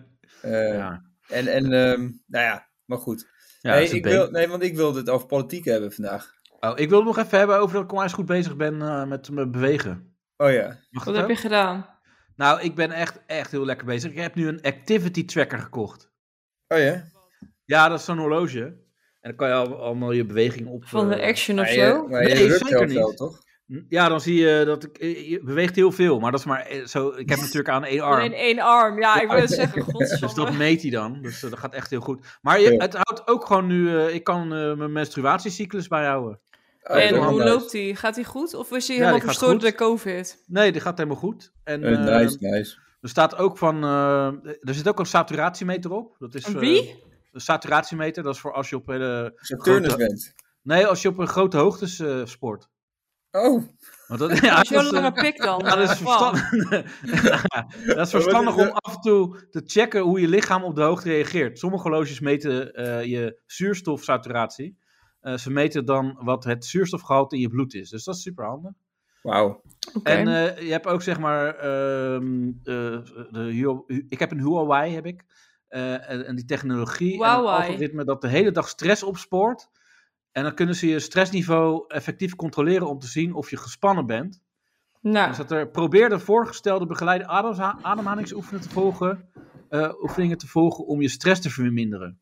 eh, ja. En, en ehm, nou ja, maar goed. Ja, nee, dat is een ik been. wil, nee, want ik wilde het over politiek hebben vandaag. Oh, ik wil het nog even hebben over dat ik onwijs goed bezig ben eh, met me bewegen. Oh ja. Mag Wat dat heb je ook? gedaan? Nou, ik ben echt, echt heel lekker bezig. Ik heb nu een activity tracker gekocht. Oh ja? Ja, dat is zo'n horloge. En dan kan je al, allemaal je beweging op... Van de eh, Action of Maar zo? je, maar je Nee, rukt zeker heel niet. veel, toch? Ja, dan zie je dat ik... Je beweegt heel veel, maar dat is maar eh, zo... Ik heb natuurlijk aan één arm. Alleen één arm. Ja, ik wil het zeggen. Dus dat Godsamme. meet hij dan. Dus eh, dat gaat echt heel goed. Maar je, Ja. het houdt ook gewoon nu... eh, ik kan eh, mijn menstruatiecyclus bijhouden. Oh, En dat is hoe nice. loopt die? Gaat die goed? Of is die Ja, helemaal die gaat verstoord goed. door COVID? Nee, die gaat helemaal goed. En Eh, eh, nice, nice. er staat ook van... eh, er zit ook een saturatiemeter op. Dat is, Een eh, wie? een saturatiemeter, dat is voor als je op hele... Saturnus grote- bent. Nee, als je op een grote hoogtes eh, sport. Oh, Want dat, ja, Als je dat een is, eh, lange pik dan. Ja, dat is eh, wow. verstandig. Ja, dat is verstandig om af en toe te checken hoe je lichaam op de hoogte reageert. Sommige horloges meten eh, je zuurstofsaturatie. Eh, ze meten dan wat het zuurstofgehalte in je bloed is. Dus dat is super handig. wauw. Oké. En eh, je hebt ook zeg maar, ehm, eh, de Huo- ik heb een Huawei heb ik. Eh, en, en die technologie en een Huawei. algoritme dat de hele dag stress opspoort. En dan kunnen ze je stressniveau effectief controleren om te zien of je gespannen bent. Nou, Dus dat er probeer de voorgestelde begeleide ademha- ademhalingsoefeningen te volgen, eh, oefeningen te volgen om je stress te verminderen.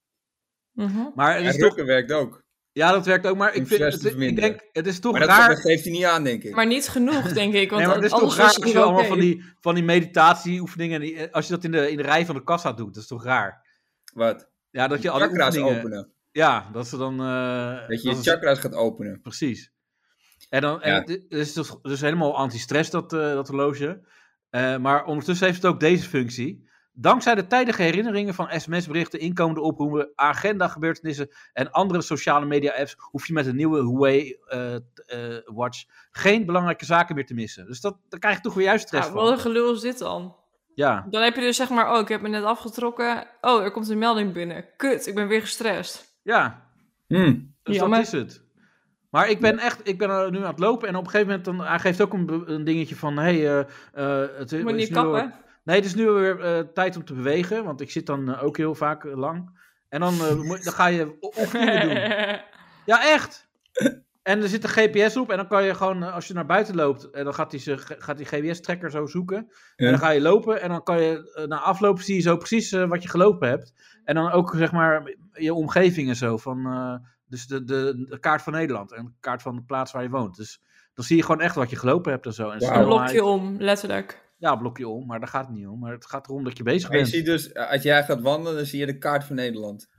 mhm. Maar het En is toch, rukken werkt ook. ja, dat werkt ook, maar Om ik, vind, stress te het, ik verminderen. denk, het is toch Maar dat, raar. dat geeft hij niet aan, denk ik. Maar niet genoeg, denk ik. Want Nee, maar het is toch anders raar was als het je wel allemaal oké. van die, van die meditatieoefeningen, die, eh, als je dat in de, in de rij van de kassa doet, dat is toch raar? Wat? Ja, dat je al die Chakra's oefeningen, openen. ja, dat ze dan... eh, Dat je je is- chakra's gaat openen. Precies. En dan, en Ja. het is dus, dus helemaal anti-stress, dat, eh, dat horloge. Eh, maar ondertussen heeft het ook deze functie. Dankzij de tijdige herinneringen van sms-berichten, inkomende oproepen, agenda-gebeurtenissen en andere sociale media-apps hoef je met een nieuwe Huawei eh, t- eh, Watch geen belangrijke zaken meer te missen. Dus dat, daar krijg je toch weer juist stress Ja, van. wat een gelul is dit dan? Ja, Dan heb je dus zeg maar, oh, ik heb me net afgetrokken. Oh, er komt een melding binnen. Kut, ik ben weer gestrest. ja. Hmm. Dus Jammer. dat is het. Maar ik ben echt, ik ben er nu aan het lopen en op een gegeven moment, dan, hij geeft ook een, be- een dingetje van, hey, eh, eh, het Moet is niet nu kappen. al- Nee, het is nu weer eh, tijd om te bewegen, want ik zit dan eh, ook heel vaak eh, lang. En dan, eh, moet- dan ga je o- oefeningen doen. Ja, echt! En er zit een G P S op en dan kan je gewoon, eh, als je naar buiten loopt, en dan gaat die, ze- gaat die G P S-tracker zo zoeken. Ja. En dan ga je lopen en dan kan je, eh, na afloop zie je zo precies eh, wat je gelopen hebt. En dan ook, zeg maar, je omgeving en zo, van, eh, dus de, de, de kaart van Nederland en de kaart van de plaats waar je woont. Dus dan zie je gewoon echt wat je gelopen hebt en zo. En Wauw. Een snelheid. blokje om, letterlijk. Ja, blokje om, maar daar gaat het niet om. Maar het gaat erom dat je bezig Maar je bent. ziet dus, als jij gaat wandelen, dan zie je de kaart van Nederland.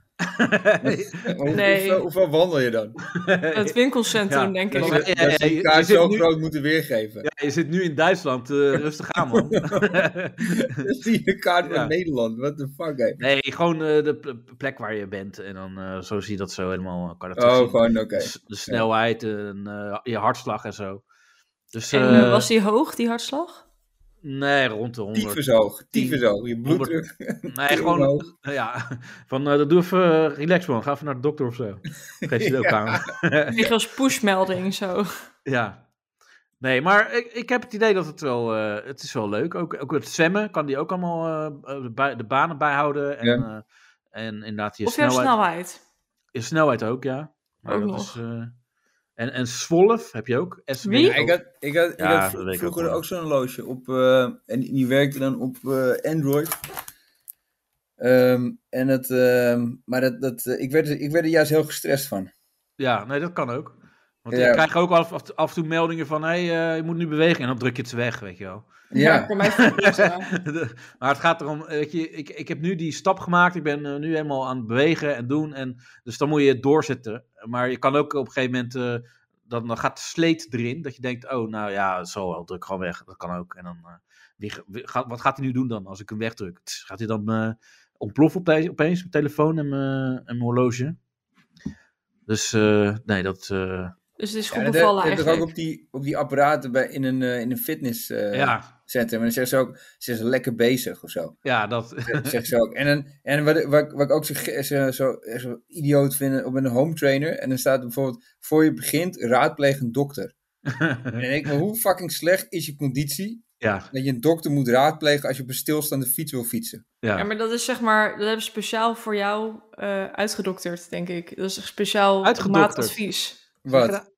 Hoe, Nee. hoeveel, hoeveel wandel je dan? Het winkelcentrum, Ja. denk Dat ik. Maar- ze, ja, dat ze ja, die je- kaart je zit zo nu- groot moeten weergeven. Ja, je zit nu in Duitsland, eh, rustig aan man. Dan zie je de kaart van Ja. Nederland. What the fuck, hè? Nee, gewoon eh, de p- plek waar je bent. En dan eh, zo zie je dat zo helemaal. Kan je dat Oh, terugzien. gewoon, oké. De, s- de snelheid en eh, je hartslag en zo. Dus, En eh, eh, was die hoog, die hartslag? Nee, rond de honderd. Tyfus hoog. Tyfus hoog. Je honderd. bloeddruk. Nee, gewoon, hoog. ja, van uh, doe even uh, relax man, ga even naar de dokter of zo. Geef je het ook Ja. aan. Kreeg als pushmelding zo. Ja. Nee, maar ik, ik heb het idee dat het wel, uh, het is wel leuk. Ook, ook het zwemmen kan die ook allemaal uh, de, bij, de banen bijhouden. En, Ja. uh, en inderdaad je Of jouw snelheid. snelheid. Je snelheid ook, ja. Maar Ook dat nog. is, uh, En, en Swolf heb je ook. S W O. Wie? Ja, ik had, ik had, ik Ja, had dat weet ik vroeger ook wel. ook zo'n horloge op, eh, en die werkte dan op eh, Android. Ehm, en het, ehm, maar dat, dat, eh, ik, werd, er- ik werd er juist heel gestrest van. Ja, nee, dat kan ook. Want Ja. ik krijg ook af, af, af en toe meldingen van, hé, hey, je moet nu bewegen. En dan druk je het weg, weet je wel. Ja, voor mij voelt het zo. Maar het gaat erom, weet je, ik, ik heb nu die stap gemaakt. Ik ben eh, nu helemaal aan het bewegen en doen. En, dus dan moet je het doorzetten. Maar je kan ook op een gegeven moment, eh, dan, dan gaat de sleet erin. Dat je denkt, oh, nou ja, zo wel, druk gewoon weg. Dat kan ook. En dan, eh, wie, wie- gaat, wat gaat hij nu doen dan, als ik hem wegdruk? Tss, Gaat hij dan eh, ontploffen opeens, opeens mijn telefoon en mijn, en mijn horloge? Dus, eh, nee, dat... eh, Dus het is Ja, goed dat bevallen dat- dat eigenlijk. ook op die, op die apparaten bij, in een, eh, in een fitnesscentrum. ja, En dan zeggen ze ook, ze is lekker bezig of zo. ja, dat... Zeggen ze ook. En, dan, en wat, wat, wat ik ook zo, ge- zo, zo, zo idioot vind op een home trainer. En dan staat er bijvoorbeeld, voor je begint, raadpleeg een dokter. En dan denk ik, maar hoe fucking slecht is je conditie ja, dat je een dokter moet raadplegen als je op een stilstaande fiets wil fietsen? ja. Ja, maar dat is zeg maar, dat hebben ze speciaal voor jou eh, uitgedokterd, denk ik. Dat is een speciaal Uitgedokterd? maatadvies. Wat?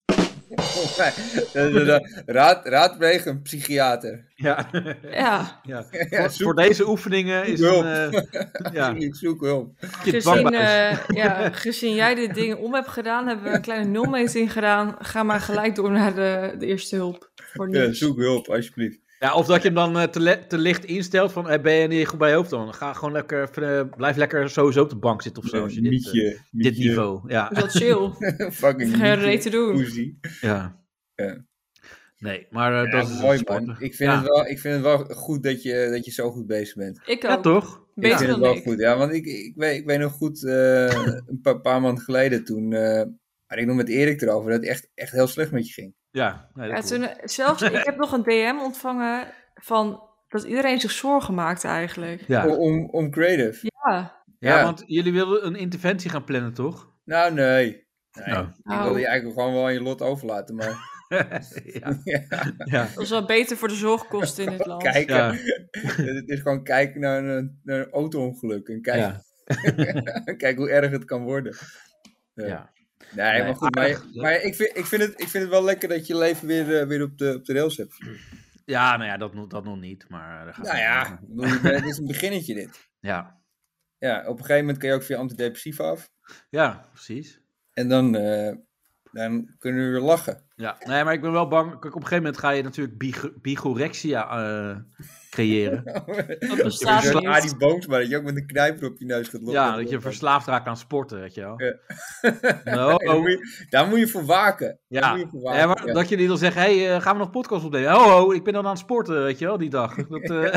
Raad, raadplegen een psychiater. Ja. Ja, ja. Ja, Voor, zoek, voor deze oefeningen is Zoek een... hulp. eh, ja, Ik zoek hulp. je gezien, dwangbuis. eh, ja, gezien jij dit ding om hebt gedaan, hebben we een kleine nulmeting gedaan. Ga maar gelijk door naar de, de eerste hulp. Voor Ja, niks. zoek hulp, alsjeblieft. Ja, of dat je hem dan eh, te, le- te licht instelt van, eh, ben je niet goed bij je hoofd dan? Ga gewoon lekker, eh, blijf lekker sowieso op de bank zitten of zo. Als je dit, eh, Mietje, dit mietje. niveau, ja. Dat is wel chill. Fucking Geen mietje. reet te doen. Poesie. ja. Ja. Nee, maar eh, Ja, dat is mooi het man. sporten. Ik vind, Ja. het wel, ik vind het wel goed dat je, dat je zo goed bezig bent. Ik Ja, ook. toch? Ik Beter vind het dan wel ik. goed, ja. Want ik, ik, weet, ik weet nog goed, eh, een paar, paar maanden geleden toen eh, had ik nog met Erik erover dat het echt, echt heel slecht met je ging. Ja, nee, dat Ja, klopt. toen, eh, zelfs, ik heb nog een D M ontvangen van dat iedereen zich zorgen maakte eigenlijk. Ja. Om, om, om creative. Ja. ja, Ja. want jullie wilden een interventie gaan plannen, toch? Nou, nee. nee. Nou. Ik Nou. wilde je eigenlijk gewoon wel aan je lot overlaten, maar ja. ja, Ja. Dat is wel beter voor de zorgkosten in het land. kijken. Ja. Het is gewoon kijken naar een, naar een auto-ongeluk en kijken, Ja. kijken hoe erg het kan worden. Ja. Ja. Nee, Nee, maar goed. Maar, aardig. maar ik, vind, ik, vind het, ik vind het wel lekker dat je leven weer, eh, weer op, de, op de rails hebt. Ja, nou ja, dat, nog- dat nog niet, maar... eh, daar gaan Nou we- ja, ik bedoel, je bent- dit is een beginnetje dit. Ja. Ja, op een gegeven moment kun je ook via antidepressiva af. Ja, precies. En dan, eh, dan kunnen we weer lachen. Ja, nee, maar ik ben wel bang. Kijk, op een gegeven moment ga je natuurlijk big- bigorexia eh, creëren. Dat bestaat Zo'n niet. Arie Boomsma, dat je ook met een knijper op je neus gaat lopen. Ja, dat je verslaafd raakt aan sporten, weet je wel. Ja. Nou, Daar oh, moet je, daar moet je voor waken. Daar ja. moet je voor waken. Ja, maar ja. dat je die dan zegt, hé, hey, eh, gaan we nog podcast opnemen? Ho, ho, ik ben dan aan het sporten, weet je wel, die dag. Dat, eh,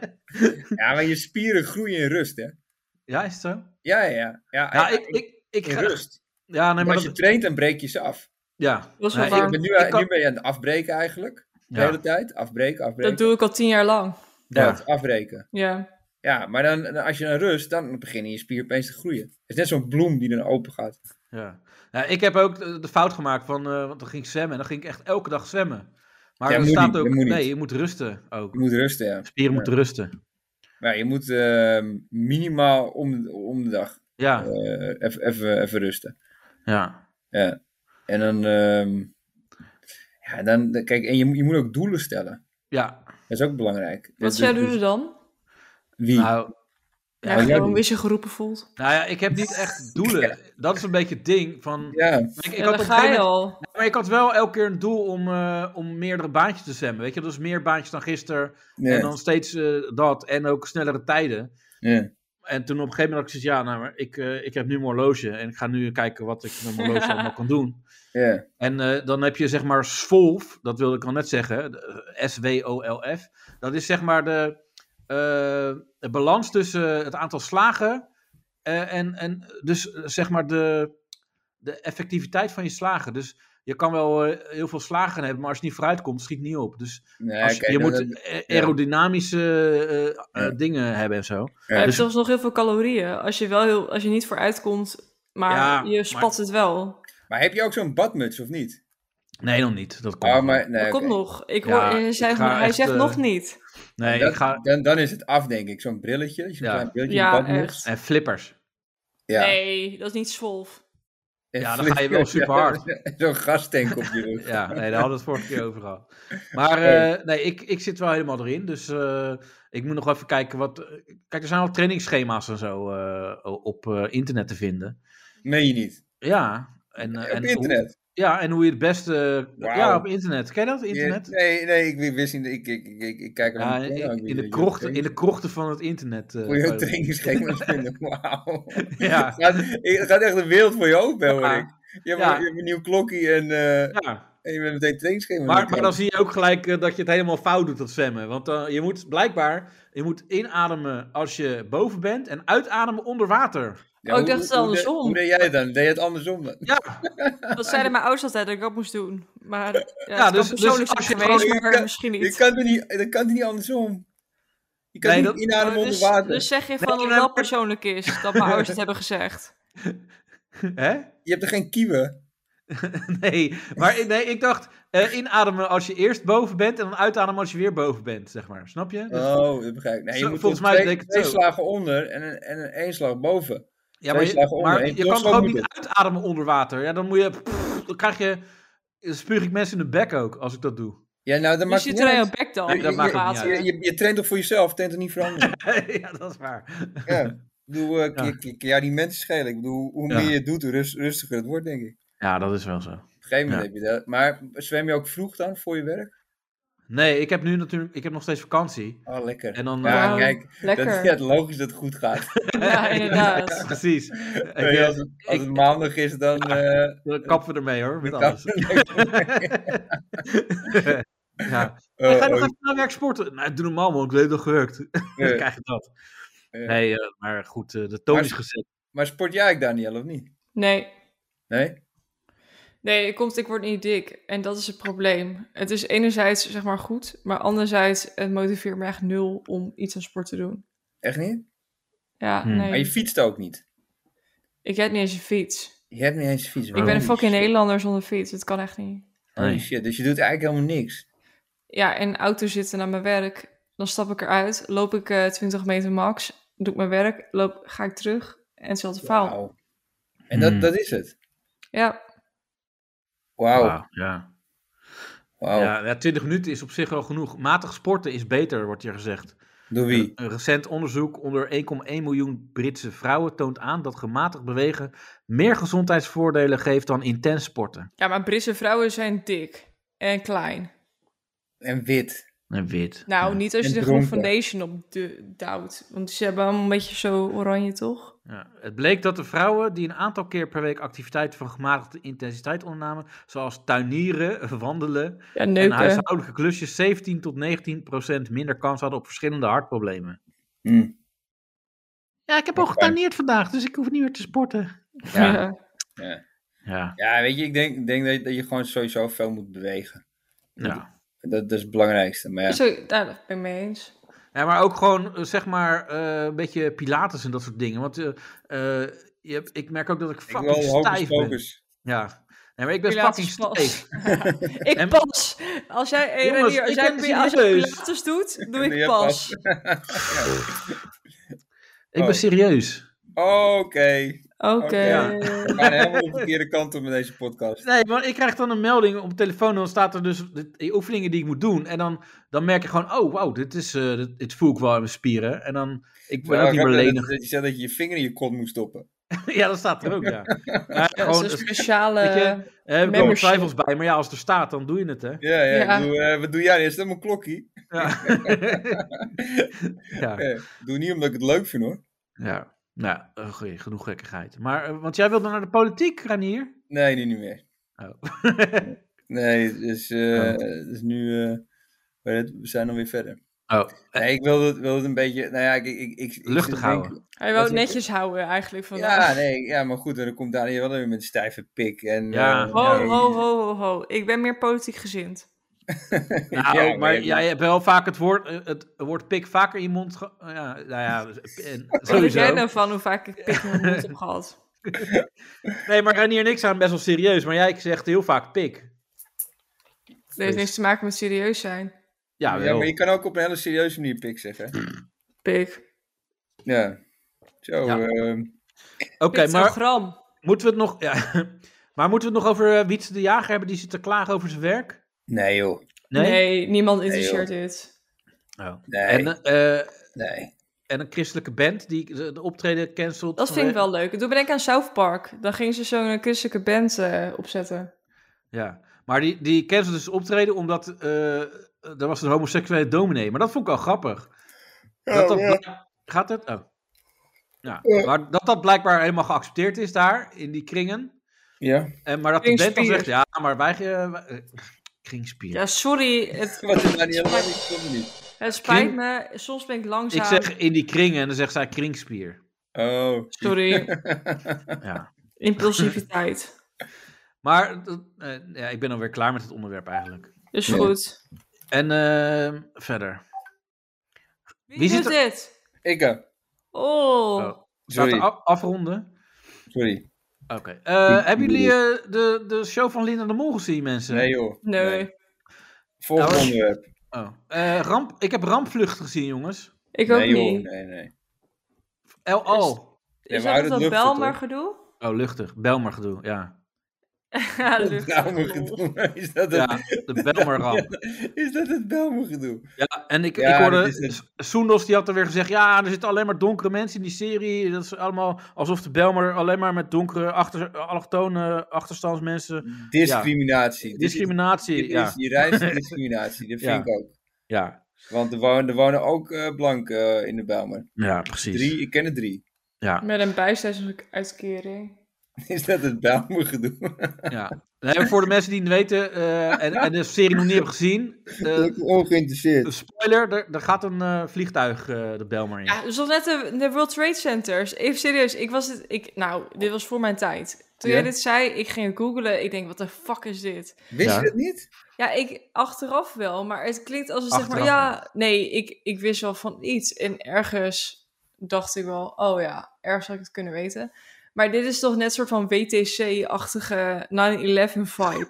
Ja, maar je spieren groeien in rust, hè? ja, is het zo? Ja, ja, ja. ja, Ja, ja, ik... ik, ik in ga- rust. Ja, nee, Maar maar als je dat... traint, dan breek je ze af. Ja. Dat is wel Nee, waar. Je bent nu, ik kan- nu ben je aan het afbreken eigenlijk. De Ja. hele tijd. Afbreken, afbreken. Dat doe ik al tien jaar lang. Dat, afbreken. Ja. Ja, maar dan, dan als je dan rust, dan beginnen je spieren opeens te groeien. Het is net zo'n bloem die dan open gaat. Ja. Ja, ik heb ook de, de fout gemaakt van, eh, want dan ging ik zwemmen en dan ging ik echt elke dag zwemmen. Maar Ja, er moet staat niet, ook, dat moet niet. nee, je moet rusten ook. Je moet rusten, ja. Spieren Ja. moeten rusten. Maar je moet eh, minimaal om, om de dag Ja, eh, even, even, even rusten. ja. Ja. En dan, ehm, ja, dan, kijk, en je, moet- je moet ook doelen stellen. Ja, Dat is ook belangrijk. Wat Dus- zouden dus- we dan? Wie? nou, Ja, wat jij gewoon doet. wist je geroepen voelt. nou ja, ik heb niet echt doelen. Dat is een beetje het ding van... ja, Ik, ik Ja, had op daar een ga gegeven je moment, al. maar ik had wel elke keer een doel om, eh, om meerdere baantjes te zwemmen. Weet je, dus meer baantjes dan gisteren. ja, En dan steeds eh, dat. En ook snellere tijden. ja. En toen op een gegeven moment had ik gezegd, ja, nou, maar ik, eh, ik heb nu mijn horloge. En ik ga nu kijken wat ik met mijn horloge allemaal kan doen. ja. En eh, dan heb je zeg maar Swolf, dat wilde ik al net zeggen, de- S W O L F. Dat is zeg maar de, eh, de balans tussen het aantal slagen eh, en, en dus eh, zeg maar de, de effectiviteit van je slagen. Dus je kan wel eh, heel veel slagen hebben, maar als je niet vooruit komt, schiet niet op. Dus Nee, als je, kijk, je dan- moet dan- eh, aerodynamische eh, eh, Ja. dingen hebben en zo. Ja. Je hebt Dus- zelfs nog heel veel calorieën. Als je, wel heel, als je niet vooruit komt, maar Ja, je spat het wel. Maar heb je ook zo'n badmuts of niet? Nee, nog niet. Dat komt Oh, nog. maar, nee, Dat komt oké. nog. Ik hoor, Ja, hij ik zegt, ga hij echt, zegt eh, nog niet. Nee, Dat- ik ga... dan, dan is het af, denk ik. Zo'n brilletje. Zo'n Ja. klein brilletje, Ja, een badmuts. echt. En flippers. Ja. Nee, dat is niet zwolf. En Ja, dan ga je wel super hard. Zo'n gastank op je rug. Ja, nee, daar hadden we het vorige keer over gehad. Maar Nee. uh, nee, ik, ik zit wel helemaal erin. Dus uh, ik moet nog even kijken wat... Kijk, er zijn al trainingsschema's en zo uh, op uh, internet te vinden. Meen je niet? Ja. En, uh, Op en internet? Hoe, ja, en hoe je het beste... Wauw. Ja, op internet. Ken je dat, internet? Ja, nee, nee, ik wist niet. Ik, ik, ik, ik kijk er Ja, naar in, in, de krochten, in de krochten van het internet. Uh, Kun je ook trainingsschema's vinden? Wauw. Ja. Het gaat, het gaat echt een wereld voor je open, hoor Ja. ik. Je hebt, Ja. je hebt een nieuw klokje en, uh, Ja. en je bent meteen trainingsschema's. Maar, maar dan zie je ook gelijk uh, dat je het helemaal fout doet, dat zwemmen. Want uh, je moet blijkbaar je moet inademen als je boven bent en uitademen onder water. Ja, Oh, ik hoe- dacht het hoe- andersom. Hoe, hoe deed jij het dan? Deed je het andersom dan? Ja, Dat zeiden mijn ouders altijd dat ik dat moest doen. Maar ja, Ja, het dus- kan persoonlijk dus als zijn je geweest, gewoon- maar je kan- misschien Je niet. kan het niet, dat kan het niet andersom. Je kan Nee, niet dat- inademen onder dus, water. dus zeg je van Nee, dat nee, het wel maar- persoonlijk is, dat mijn ouders het hebben gezegd. hè? Je hebt er geen kieuwen. Nee, maar nee, ik dacht uh, inademen als je eerst boven bent en dan uitademen als je weer boven bent, zeg maar. Snap je? Dus- Oh, dat begrijp ik. Nee, je Zo, moet volgens dus mij twee, deed ik het twee zo. slagen onder en een, en een één slag boven. ja, maar je, slagen onder, maar één je kan topslag toch ook moet niet uitademen onder water? Ja, dan moet je... pff, dan krijg je... Dan spuug ik mensen in de bek ook, als ik dat doe. Ja, nou, dat Je maakt zit niet er aan uit. je bek dan. Nee, dat Je- maakt je- ook niet water. uit. Je, je, je traint toch voor jezelf, je traint toch niet voor anderen? Ja, dat is waar. Ja, ik bedoel, uh, Ja. ja. K- k- ja, die mensen schelen. Ik bedoel, hoe Ja. meer je het doet, hoe rust, rustiger het wordt, denk ik. Ja, dat is wel zo. Op een gegeven moment Ja. heb je dat. Maar zwem je ook vroeg dan, voor je werk? Nee, ik heb nu natuurlijk... Ik heb nog steeds vakantie. Oh, lekker. En dan... Ja, eh, Wauw, kijk, lekker. dat, ja, het logisch dat het goed gaat. Ja, inderdaad. Precies. Weet Ik, je, eh, als, het, als het ik- maandag is, dan... eh Dan kappen we ermee hoor, met dan alles. kan- Ja. Oh, Hey, ga je nog oh, even naar werk sporten? Nou, doe normaal man, ik weet nog gewerkt. Dan ja, krijg je dat. ja. Nee, eh, maar goed, eh, de toon Maar- is gezet. Maar sport jij, Daniel, of niet? Nee. Nee? Nee, het komt, ik word niet dik. En dat is het probleem. Het is enerzijds zeg maar goed, maar anderzijds het motiveert me echt nul om iets aan sport te doen. Echt niet? Ja, Hmm. nee. Maar je fietst ook niet. Ik heb niet eens een fiets. Je hebt niet eens een fiets. Ik ben een Holy fucking shit. Nederlander zonder fiets. Het kan echt niet. Holy Nee. shit, dus je doet eigenlijk helemaal niks. Ja, in de auto zitten naar mijn werk. Dan stap ik eruit. Loop ik eh, twintig meter max. Doe ik mijn werk. Loop, ga ik terug. En hetzelfde verhaal. Wauw. En dat, Hmm. dat is het. Ja. Wauw. Wauw, ja. Wauw. Ja, ja, twintig minuten is op zich wel genoeg. Matig sporten is beter, wordt hier gezegd. Door wie? Een recent onderzoek onder één komma één miljoen Britse vrouwen toont aan dat gematigd bewegen meer gezondheidsvoordelen geeft dan intens sporten. Ja, maar Britse vrouwen zijn dik. En klein. En wit. En wit. Nou, Ja. niet als je En er gewoon dronken. foundation op du- duwt. Want ze hebben allemaal een beetje zo oranje, toch? Ja, het bleek dat de vrouwen die een aantal keer per week activiteiten van gematigde intensiteit ondernamen, zoals tuinieren, wandelen Ja, en neuken. huishoudelijke klusjes, zeventien tot negentien procent minder kans hadden op verschillende hartproblemen. Hm. Ja, ik heb al getuineerd vandaag, dus ik hoef niet meer te sporten. Ja. Ja. Ja. Ja, Ja, weet je, ik denk, ik denk dat, je, dat je gewoon sowieso veel moet bewegen. ja. Dat, dat is het belangrijkste. Maar ja, Zo, nou, dat ben ik mee eens. Ja, maar ook gewoon, eh, zeg maar, eh, een beetje pilates en dat soort dingen. Want eh, eh, je hebt, ik merk ook dat ik ik fucking wil hocus stijf ben. pocus. Ja, nee, maar ik ben Pilates fucking pas. stijf. Ik En- pas. Als jij, hey, Jongens, Renier, als ik jij, ben pi- als jij serieus. pilates doet, doe Doe ik jij pas. Ik Oh. ben serieus. Oké. Oké. Oké. Ja. We gaan helemaal de verkeerde kant op met deze podcast. Nee, maar ik krijg dan een melding op de telefoon en dan staat er dus de, de oefeningen die ik moet doen. En dan, dan merk je gewoon, oh wow, dit, is, eh, dit, dit voel ik wel in mijn spieren. En dan, ik ben Nou, ook niet meer grappig lenig. Dat, dat je zei dat je je vinger in je kont moest stoppen. Ja, dat staat er ook, ja. Maar Ja, dat gewoon, is een dus, speciale... weet je, daar heb ik wel membership. twijfels bij, maar ja, als het er staat, dan doe je het, hè. Ja, ja. Ja. Ik bedoel, eh, wat doe jij? Is dat mijn klokkie? Ja. ja. Eh, doe niet omdat ik het leuk vind, hoor. Ja, nou, uh, goeie, genoeg gekkigheid. Maar, uh, want jij wilde naar de politiek, Ranier? Nee, nu niet meer. Oh. Nee, dus, eh Oh. dus nu... eh, we zijn dan weer verder. oh. Nee, ik wilde het, wilde het een beetje... Nou ja, ik... ik, ik, ik Luchtig zit te houden. denken- Hij wou Wat het zeg netjes houden eigenlijk vandaag. Ja, nee, ja, maar goed, en dan komt Daniel wel weer met een stijve pik. En, Ja. eh, Ho, nee. ho, ho, ho, ho. Ik ben meer politiek gezind. Nou, Ja, maar je- jij hebt wel vaak het woord, uh, het woord pik vaker in je mond. Ge- uh, ja, nou ja, dus, en, Wat weet sowieso. jij nou van hoe vaak ik pik in mijn mond heb gehad? Nee, maar Ranier en ik zijn best wel serieus. Maar jij zegt heel vaak pik. Dat heeft niks te maken met serieus zijn. Ja, Ja, wel. maar je kan ook op een hele serieuze manier pik zeggen. Pik. Ja. Zo, Ja. ehm, Oké, maar, Pictogram. Moeten we het nog... Ja, maar moeten we het nog over uh, Wietse de Jager hebben die zit te klagen over zijn werk? Nee, joh. Nee? Nee, niemand interesseert dit. Oh. Nee. En, uh, Nee. en een christelijke band die de, de optreden cancelt. Dat vind ik wel leuk. Het doet me denken aan South Park. Dan gingen ze zo'n christelijke band uh, opzetten. Ja, maar die, die cancelt dus optreden omdat uh, er was een homoseksuele dominee. Maar dat vond ik al grappig. Dat dat blijk... Gaat het? Oh. Ja. Ja. Maar dat dat blijkbaar helemaal geaccepteerd is daar, in die kringen. Ja. En, maar dat de band dan Kringspier. zegt, ja, maar wij... Uh, wij- kringspier. Ja, sorry. Het, Wat is nou niet helemaal niet, klopt niet. het spijt Kring- me. Soms ben ik langzaam. Ik zeg in die kringen en dan zegt zij kringspier. Oh. Sorry. Ja. Impulsiviteit. Maar uh, ja, ik ben alweer klaar met het onderwerp eigenlijk. Dus Ja. goed. En uh, verder. Wie, Wie zit doet er- dit? Ik, uh, Oh. Oh. sorry. Laten we af- afronden. Sorry. Oké. Uh, hebben jullie uh, de, de show van Linda de Mol gezien, mensen? Nee, joh. Nee. Volgende Nou, onderwerp. Oh. Uh, ramp, ik heb Rampvlucht gezien, jongens. Ik ook Nee, joh. niet. Nee, nee. El Al. Nee, Is maar dat uit dat het Belmar luchten, gedoe? Oh, luchtig. Belmar gedoe, ja. Ja, Het lucht. Belmer-gedoe. Is dat Ja, het, de Belmar ramp. is dat het Belmer-gedoe? Ja, en ik, Ja, ik hoorde, dat is het. S- Soendos die had er weer gezegd, ja, er zitten alleen maar donkere mensen in die serie. Dat is allemaal alsof de Belmar alleen maar met donkere, achter, allochtone achterstandsmensen... Discriminatie. Discriminatie, Dit is, ja. dit is juridische discriminatie. Dat vind Ja. ik ook. Ja, Want er wonen, er wonen ook uh, blanken uh, in de Belmer. ja, precies. Drie, ik ken er drie. Ja, Met een bijstandsuitkering. Is dat het Belmer-gedoe? ja. Nee, voor de mensen die het niet weten uh, en, en de serie nog niet hebben gezien, uh, Ik ben ongeïnteresseerd. spoiler, er, er gaat een uh, vliegtuig uh, de Belmar in. Ja, dus nog net de, de World Trade Centers. Even serieus, ik was het... Ik, nou, dit was voor mijn tijd. Toen Ja? jij dit zei, ik ging googlen. Ik denk, wat de fuck is dit? Wist Ja. je het niet? Ja, ik achteraf wel, maar het klinkt als een zeg maar... Achteraf Ja, nee, ik, ik wist wel van iets. En ergens dacht ik wel, oh ja, ergens had ik het kunnen weten. Maar dit is toch net een soort van W T C-achtige nine eleven vibe.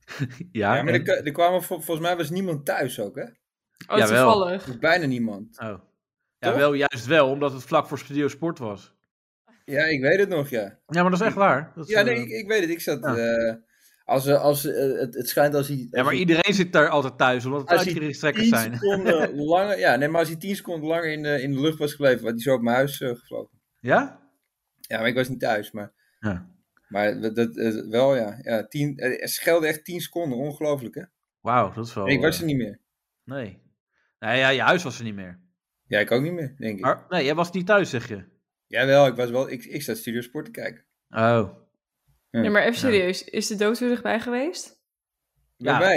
Ja, Ja, maar en- er, er kwamen, vol- volgens mij was niemand thuis ook, hè? Oh, Jawel. toevallig. Bijna niemand. Oh. Ja, Toch? wel, juist wel, omdat het vlak voor Studio Sport was. Ja, ik weet het nog, ja. Ja, maar dat is echt waar. Dat is, Ja, eh, nee, ik, ik weet het. Ik zat... Ja. eh, als, er- als, eh, het, het schijnt als hij... Ja, als maar hij iedereen zit daar altijd thuis, omdat het Als hij uitkeringstrekkers tien zijn. seconden langer... Ja, nee, maar als hij tien seconden langer in de, in de lucht was gebleven, had hij zo op mijn huis uh, gevlogen. Ja? Ja, maar ik was niet thuis, maar... Ja. Maar dat, dat eh, wel, ja. ja tien, eh, het schelde echt tien seconden. Ongelooflijk, hè? Wauw, dat is wel... En ik was eh, er niet meer. Nee. Nee, ja, je huis was er niet meer. Ja, ik ook niet meer, denk ik. Maar nee, jij was niet thuis, zeg je? Jawel, ik was wel... Ik, ik zat Studio Sport te kijken. Oh. Nee, maar even serieus. Is de dood weer dichtbij geweest? Ja. Bij mij.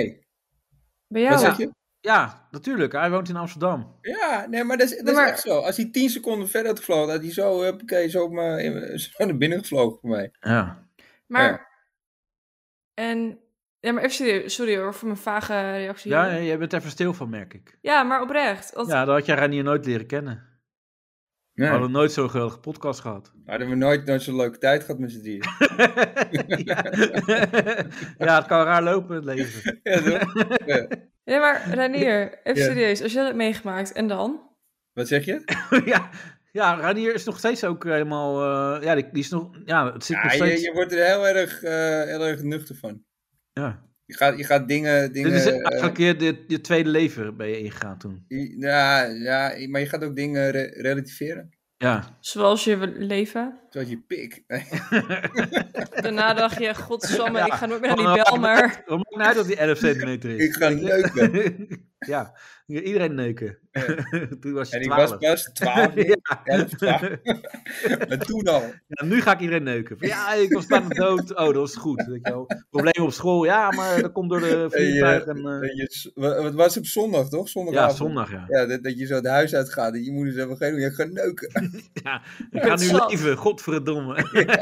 Bij Wat jou? zeg je? Ja, natuurlijk. Hij woont in Amsterdam. Ja, nee, maar dat is, dat Nee, maar- is echt zo. Als hij tien seconden verder had gevlogen, had hij zo, huppakee, zo, op me, zo naar binnen gevlogen voor mij. Ja. Maar... Ja. En... Ja, maar even serieus. Sorry hoor, voor mijn vage reactie. Ja, hier. jij bent even stil van, merk ik. Ja, maar oprecht. Want Ja, dan had jij Ranier nooit leren kennen. We Nee. hadden nooit zo'n geweldige podcast gehad. Hadden we nooit, nooit zo'n leuke tijd gehad met z'n drieën. ja. ja, het kan raar lopen, het leven. Ja, toch? Ja. Nee, maar Ranier, even Ja. serieus. Als je dat hebt meegemaakt, en dan? Wat zeg je? ja, ja, Ranier is nog steeds ook helemaal... eh, ja, die, die is nog... Ja, het zit Ja, nog je, steeds... je wordt er heel erg, eh, heel erg nuchter van. Ja. Je gaat, je gaat dingen... dingen Dit is eh, eigenlijk je, je, je tweede leven ben je ingegaan toen. je- ja, ja, maar je gaat ook dingen re- relativeren. Ja. Zoals je leven. Zoals je pik. Daarna dacht je, godsamme, Ja. ik ga nooit meer naar Oh, die bel, maar... Wat maakt nou uit dat die elf centimeter is? Ik ga neuken. ja, iedereen neuken. Ja. toen was je En ik twaalf. was pas twaalf. Ja. elf, twaalf. Maar toen al. Ja, nu ga ik iedereen neuken. Van, ja, ik was bijna dood. Oh, dat was goed. Weet je wel. Probleem op school. Ja, maar dat komt door de En je- vliegtuig. En, eh, en je- wa- Wat was het op zondag, toch? ja, Zondagavond. zondag, ja. Ja, dat, dat je zo het huis uitgaat en je moeder zegt, we gaan doen, je gaat neuken. ja ik ga ben nu zat. leven, godverdomme.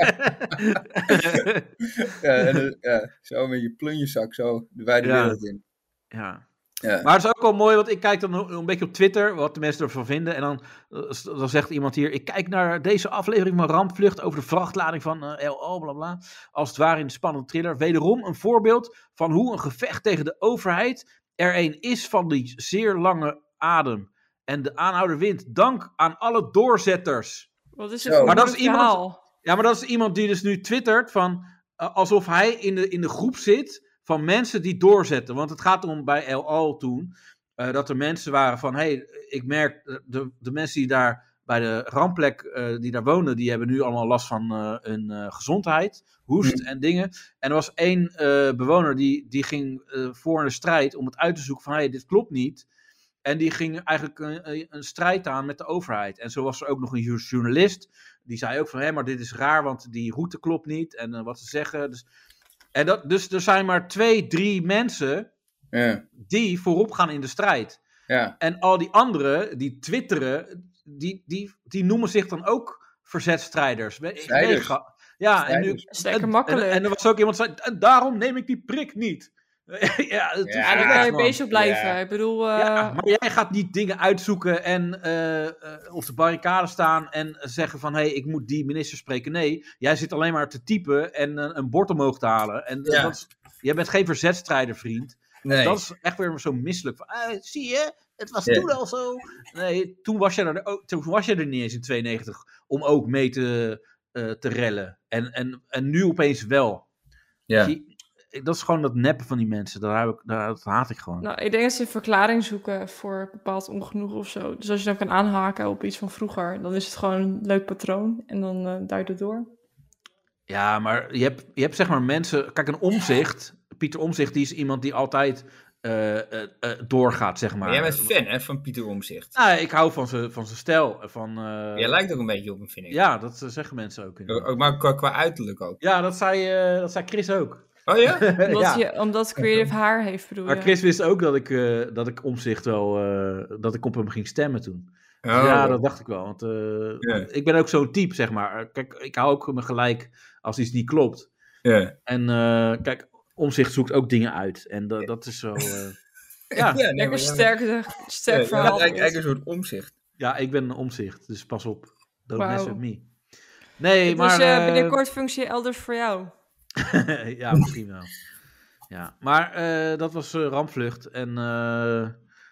Ja, en, dan- ja, zo met je plunjezak, zo de wijde Ja. wereld in. ja. Ja. Maar het is ook wel mooi, want ik kijk dan een een beetje op Twitter, wat de mensen ervan vinden. En dan, eh, dan zegt iemand hier, ik kijk naar deze aflevering van Rampvlucht over de vrachtlading van eh, L O, bla bla. Als het ware in de spannende thriller. Wederom een voorbeeld van hoe een gevecht tegen de overheid er een is van die zeer lange adem. En de aanhouder wint. Dank aan alle doorzetters. Wat is Zo. het voor Maar dat moeilijk is iemand- verhaal? Ja, maar dat is iemand die dus nu twittert van... Uh, alsof hij in de, in de groep zit van mensen die doorzetten. Want het gaat om bij El Al toen... Uh, dat er mensen waren van... Hé, hey, ik merk... De, de mensen die daar bij de rampplek... Uh, die daar wonen... die hebben nu allemaal last van uh, hun uh, gezondheid. Hoest mm. en dingen. En er was één uh, bewoner... die, die ging uh, voor in de strijd... om het uit te zoeken van... Hé, hey, dit klopt niet... En die ging eigenlijk een, een strijd aan met de overheid. En zo was er ook nog een journalist. Die zei ook van, hé, maar dit is raar, want die route klopt niet. En uh, wat ze zeggen. Dus, en dat, dus er zijn maar twee, drie mensen ja. die voorop gaan in de strijd. Ja. En al die anderen, die twitteren, die, die, die noemen zich dan ook verzetstrijders. Strijders. Ja, en nu, dat is lekker makkelijk. En, en er was ook iemand die zei, en daarom neem ik die prik niet. ja, het is ja, dan kan je man. bezig blijven. Ja. Ik bedoel... Uh... Ja, maar jij gaat niet dingen uitzoeken en uh, uh, op de barricade staan en zeggen van, hé, hey, ik moet die minister spreken. Nee, jij zit alleen maar te typen en uh, een bord omhoog te halen. En uh, ja. dat is, jij bent geen verzetstrijder, vriend. Nee. En dat is echt weer zo misselijk. Van, uh, zie je, het was ja. toen al zo. Nee, toen was, je er, toen was je er niet eens in tweeënnegentig om ook mee te, uh, te rellen. En, en, en nu opeens wel. Ja. Die, dat is gewoon dat neppen van die mensen. Daar heb ik, daar, dat haat ik gewoon. Nou, ik denk dat ze een verklaring zoeken voor bepaald ongenoegen of zo. Dus als je dan kan aanhaken op iets van vroeger, dan is het gewoon een leuk patroon. En dan uh, duidt het door. Ja, maar je hebt, je hebt zeg maar mensen... Kijk, een Omtzigt... Pieter Omtzigt, die is iemand die altijd uh, uh, uh, doorgaat, zeg maar. maar. Jij bent fan, hè, van Pieter Omtzigt. Nou, ik hou van zijn van zijn stijl. Van, uh... Jij lijkt ook een beetje op hem, vind ik. Ja, dat uh, zeggen mensen ook. Ook maar qua, qua uiterlijk ook. Ja, dat zei, uh, dat zei Chris ook. Oh ja? Omdat, ja. je, omdat creative haar heeft, bedoel je? Maar Chris wist ook dat ik, uh, dat ik Omtzigt wel... Uh, dat ik op hem ging stemmen toen. Oh. Ja, dat dacht ik wel. Want uh, yeah. ik ben ook zo'n type, zeg maar. Kijk, ik hou ook me gelijk als iets niet klopt. Yeah. En uh, kijk, Omtzigt zoekt ook dingen uit. En da- dat is zo... Uh, ja, ja nee, lekker sterk, sterk ja, verhaal. Ja, eigenlijk een soort Omtzigt. Ja, ik ben een Omtzigt, dus pas op. Don't wow. mess with me. Nee, dus, maar... Dus uh, uh, binnenkort functie elders voor jou. ja, misschien wel. Ja, maar uh, dat was uh, rampvlucht. En uh,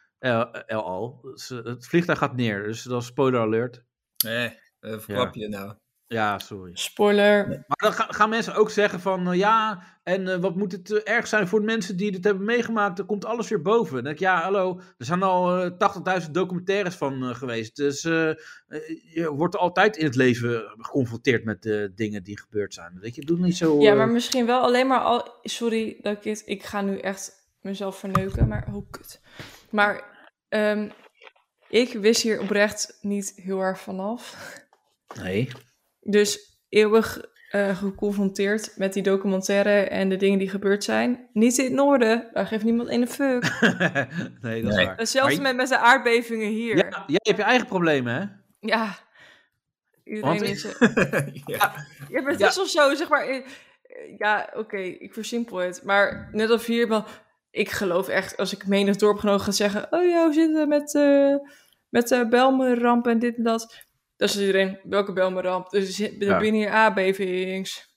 El Al. Dus, uh, het vliegtuig gaat neer, dus dat is spoiler alert. Nee, uh, verklap je nou. Ja, sorry. Spoiler. Maar dan ga, gaan mensen ook zeggen van... Uh, ja, en uh, wat moet het uh, erg zijn voor de mensen die dit hebben meegemaakt? Er komt alles weer boven. Dan denk ik, ja, hallo. Er zijn al uh, tachtigduizend documentaires van uh, geweest. Dus uh, uh, je wordt altijd in het leven geconfronteerd met uh, dingen die gebeurd zijn. Weet je, doe niet zo... Uh... Ja, maar misschien wel alleen maar al... Sorry dat ik dit... Ik ga nu echt mezelf verneuken, maar... Oh, kut. Maar um, ik wist hier oprecht niet heel erg vanaf. Nee. Dus eeuwig uh, geconfronteerd met die documentaire en de dingen die gebeurd zijn. Niet in het noorden, daar geeft niemand een fuck. nee, dat is nee. waar. Hetzelfde je... met, met de aardbevingen hier. Ja, jij hebt je eigen problemen, hè? Ja. Iedereen Want... is... ja. ja, maar het ja. is of zo, zeg maar... Ja, oké, okay, ik versimpel het. Maar net als hier... Wel, ik geloof echt, als ik menig dorpgenoot ga zeggen... Oh ja, we zitten met, uh, met de uh, Bijlmerramp en dit en dat... Dat is iedereen, welke Bijlmerramp? Dus er ja. binnen hier aardbevings.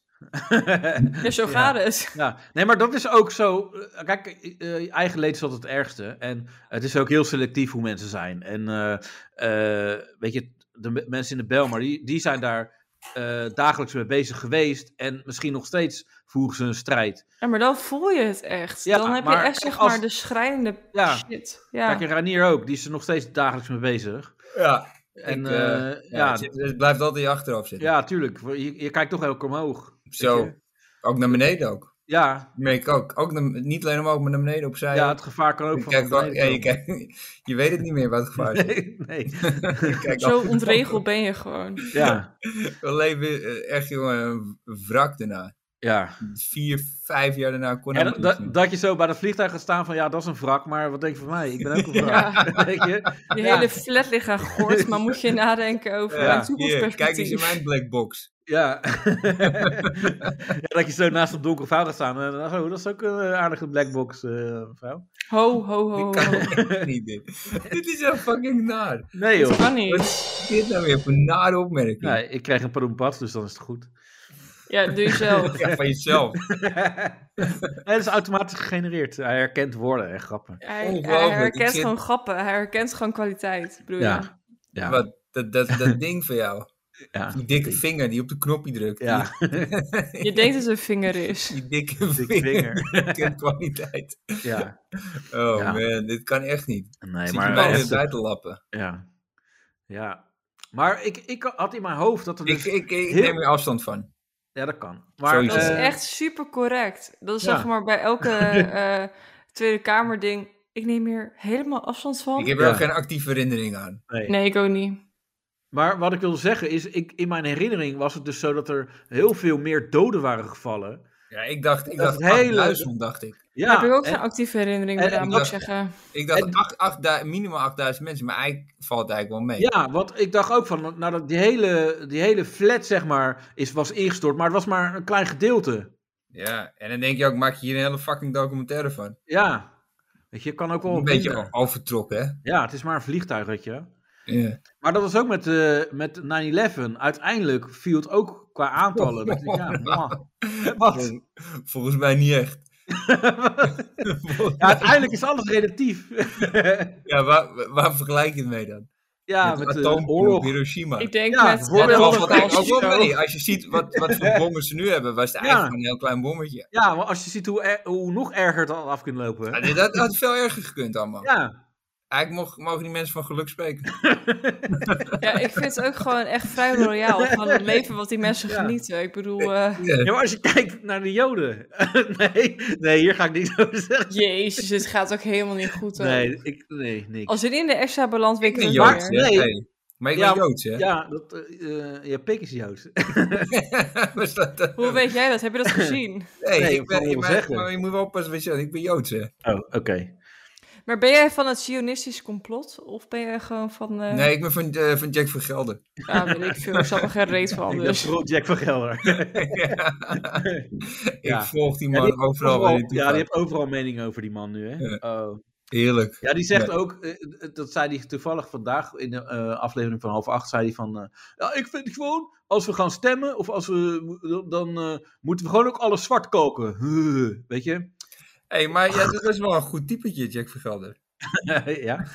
ja, zo gaat ja. het. Ja. Nee, maar dat is ook zo... Kijk, uh, eigen leed is altijd het ergste. En het is ook heel selectief hoe mensen zijn. En uh, uh, weet je, de mensen in de Bijlmer, die, die zijn daar uh, dagelijks mee bezig geweest. En misschien nog steeds voeren ze een strijd. Ja, maar dan voel je het echt. Ja, dan heb maar, je echt, zeg als, maar, de schrijnende ja, shit. Ja. Kijk, en Ranier ook. Die is er nog steeds dagelijks mee bezig. Ja. En, ik, uh, uh, ja, het, zit, het blijft altijd in je achterhoofd zitten. Ja, tuurlijk. Je, je kijkt toch elke keer omhoog. Zo. Ook naar beneden ook. Ja. Nee, ik ook. ook naar, niet alleen omhoog, maar naar beneden opzij. Ja, het gevaar kan ook van kijk, beneden. Ja, je, kijk, je weet het niet meer wat het gevaar is. Nee, nee. Kijk, Zo ontregeld ben je gewoon. Ja. We leven echt, jongen, een wrak daarna. Ja. Vier, vijf jaar daarna kon ja, dat, dat, dat je zo bij dat vliegtuig gaat staan van ja, dat is een wrak, maar wat denk je van mij? Ik ben ook een wrak. Ja. Weet je? Je ja. hele flat liggen gort, maar moet je nadenken over ja. een toekomstperspectief. Kijk eens in mijn blackbox. Ja. ja, dat je zo naast een donkere vrouw gaat staan. Uh, oh, dat is ook een uh, aardige blackbox, uh, vrouw. Ho, ho, ho. Dit kan niet, dit. Dit is zo fucking naar. Nee, joh. Dat kan niet. Wat is dit nou weer voor een nare opmerking? Nee, ik krijg een paroempas, dus dan is het goed. Ja, doe je zelf. Ja, van jezelf. Nee, dat is automatisch gegenereerd. Hij herkent woorden en grappen. Hij, hij herkent zit... gewoon grappen. Hij herkent gewoon kwaliteit. Bedoel ja. ja. Wat, dat, dat, dat ding van jou. Ja. Die dikke vinger die op de knopje drukt. Ja. Die, Je denkt dat het een vinger is. die dikke Dikke vinger. vinger. kwaliteit. Ja. Oh Ja. man, dit kan echt niet. Nee, Zit maar je bijna echt- buiten lappen. Ja. Ja. Maar ik, ik had in mijn hoofd dat er Ik, dus... ik, ik heel- neem er afstand van. Ja, dat kan. Maar, Sowieso. Dat is eh, echt super correct. Dat is ja. zeg maar bij elke eh, Tweede Kamer ding. Ik neem hier helemaal afstand van. Ik heb er Ja. ook geen actieve herinnering aan. nee. Nee, ik ook niet. Maar wat ik wil zeggen is, ik, in mijn herinnering was het dus zo dat er heel veel meer doden waren gevallen. Ja, ik dacht, ik Dat dacht is het hele- achtduizend, dacht ik. Ja, Daar heb ik ook en- geen actieve herinnering en- meer aan, en moet ik dat- zeggen. Ik dacht En- acht, acht, minimaal achtduizend mensen, maar eigenlijk valt het eigenlijk wel mee. Ja, want ik dacht ook van, nou, dat die, hele, die hele flat, zeg maar, is, was ingestort, maar het was maar een klein gedeelte. Ja, en dan denk je ook, maak je hier een hele fucking documentaire van. Ja, weet je, kan ook wel Een beetje minder. overtrokken, hè? Ja, het is maar een vliegtuig, weet je. Ja. Maar dat was ook met, eh met nine eleven. Uiteindelijk viel het ook qua aantallen. Dat ik, ja, mwah. Wat? Vol- Volgens mij niet echt. Ja, uiteindelijk is alles relatief. Ja, waar, waar vergelijk je het mee dan? Ja, met met de de atoombom op oorlog. Hiroshima. Ik denk Ja, met bijvoorbeeld met de Dat valt eigenlijk ook Holocaust wel of mee. zo. Als je ziet wat, wat voor bommen ze nu hebben, was het Ja. eigenlijk een heel klein bommetje. Ja, maar als je ziet hoe, er- hoe nog erger het al af kunt lopen. Ja, dit had, had veel erger gekund allemaal. Ja, Eigenlijk mogen, mogen die mensen van geluk spreken. Ja, ik vind het ook gewoon echt vrij royaal. Gewoon het leven wat die mensen Ja. genieten. Ik bedoel, eh, Ja. ja, maar als je kijkt naar de Joden. nee, nee, hier ga ik niks over zeggen. jezus, dit gaat ook helemaal niet goed. ook. Nee, ik, nee, niks. Als je in de extra balans weet Ik ben ik Joods, het hè? niet meer. Nee. Hey. Maar ik Ja, ben Joods, hè? Ja, dat, eh, eh, je pik is Joods. Waar staat dat? Hoe weet jij dat? Heb je dat gezien? Nee, Nee, ik ben, ik ik wil ben- zeggen. maar je moet wel oppassen wat je zegt. Ik ben Joods, hè? Oh, oké. Maar ben jij van het Zionistisch complot? Of ben jij gewoon van... eh Nee, ik ben van, eh, van Jack van Gelder. Ja, weet ik veel. Ik snap er geen reet van. Ik ben Dus. pro Jack van Gelder. Ja. Ja. Ik volg die Ja, man die heeft overal waar hij overal, toe ja, gaat. die heeft overal mening over die man nu, hè? Ja. Oh. Heerlijk. Ja, die zegt Ja. ook, eh, dat zei hij toevallig vandaag in de eh, aflevering van half acht, zei hij van, eh, ja, ik vind gewoon, als we gaan stemmen, of als we, dan eh, moeten we gewoon ook alles zwart koken. Weet je? Hé, hey, maar ja, dat is wel een goed typetje, Jack van Gelder. ja.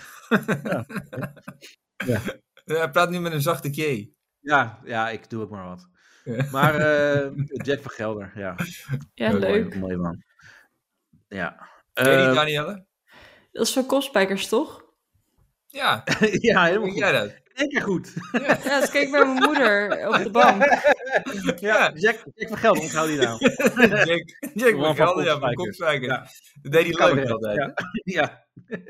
Hij praat nu met een zachte K. Ja, ja, ik doe ook maar wat. Ja. Maar eh, Jack van Gelder, ja. Ja, leuk. Mooi, mooi man. Ja. Ken je die, Eh, Danielle? Dat is van Kostspijkers, toch? Ja, ja, helemaal hoe goed. jij dat? In één keer goed. Ja, dat keek ik bij mijn moeder op de bank. Ja, Jack, Jack van Gelder, onthoud die nou. Jack, Jack Man van van Gelder, ja, van Kopspijkers. Kopspijkers. Ja. Dat deed hij leuk Cabaret, altijd. ja. Ja.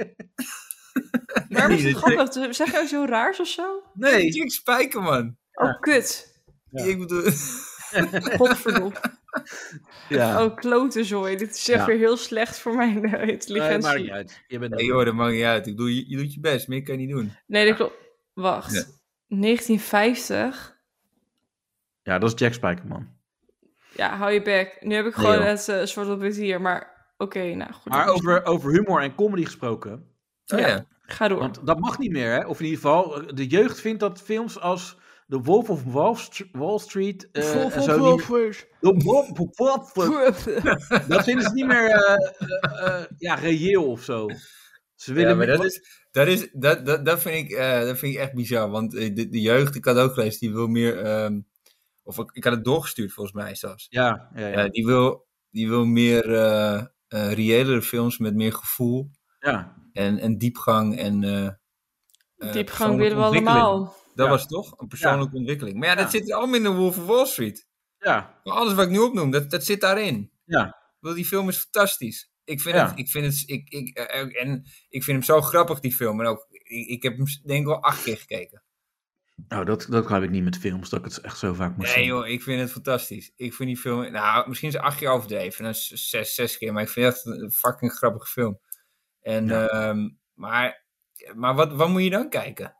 Waarom is Nee, het dat- grappig? Zeg je ook zo raars of zo? Nee. Jack Spijkerman. Oh, kut. Ja. Ik bedoel... Godverdomme. Ja. Oh, klote zooi. Dit is echt Ja. weer heel slecht voor mijn uh, Nee, maakt intelligentie. niet uit. Je bent Nee joh, dat maakt niet uit. Ik bedoel, je, je doet je best, meer kan je niet doen. Nee, dat klopt. Wacht. Ja. negentien vijftig. Ja, dat is Jack Spijkerman. Ja, hou je bek. Nu heb ik Nee, gewoon joh. het uh, soort op het hier, maar oké, nou goed. Maar over, over humor en comedy gesproken. Oh Ja. ja. Ga door. Want dat mag niet meer, hè? Of in ieder geval, de jeugd vindt dat films als The Wolf of Wall, St- Wall Street. eh, en zo niet meer- The Wolf of Wall Street. Dat vinden ze niet meer eh, eh, eh, ja, reëel of zo. Ze willen Ja, maar meer- dat is, dat is, dat, dat, dat vind ik, eh, dat vind ik echt bizar. Want eh, de, de jeugd, ik had ook gelezen, die wil meer, ehm, of ik, ik had het doorgestuurd volgens mij zelfs. Ja, ja, ja. Eh, die, wil, die wil meer eh eh, reëlere films met meer gevoel ja. en, en diepgang en eh, eh, Diepgang persoonlijke willen we ontwikkeling. allemaal. Dat Ja. was het toch? Een persoonlijke ontwikkeling. Maar ja, dat Ja. zit er allemaal in de Wolf of Wall Street. Ja, Maar alles wat ik nu opnoem, dat, dat zit daarin. ja. Ik bedoel, die film is fantastisch. Ik vind Ja. het, ik vind het, ik, ik, eh, en ik vind hem zo grappig, die film. En ook, ik, ik heb hem denk ik wel acht keer gekeken. Nou, dat, dat heb ik niet met films, dat ik het echt zo vaak moet Nee zien. joh, ik vind het fantastisch. Ik vind die film, nou, misschien is acht keer overdreven. Dan is zes, zes keer, maar ik vind het echt een fucking grappige film. En, Ja. ehm, maar, maar wat, wat moet je dan kijken?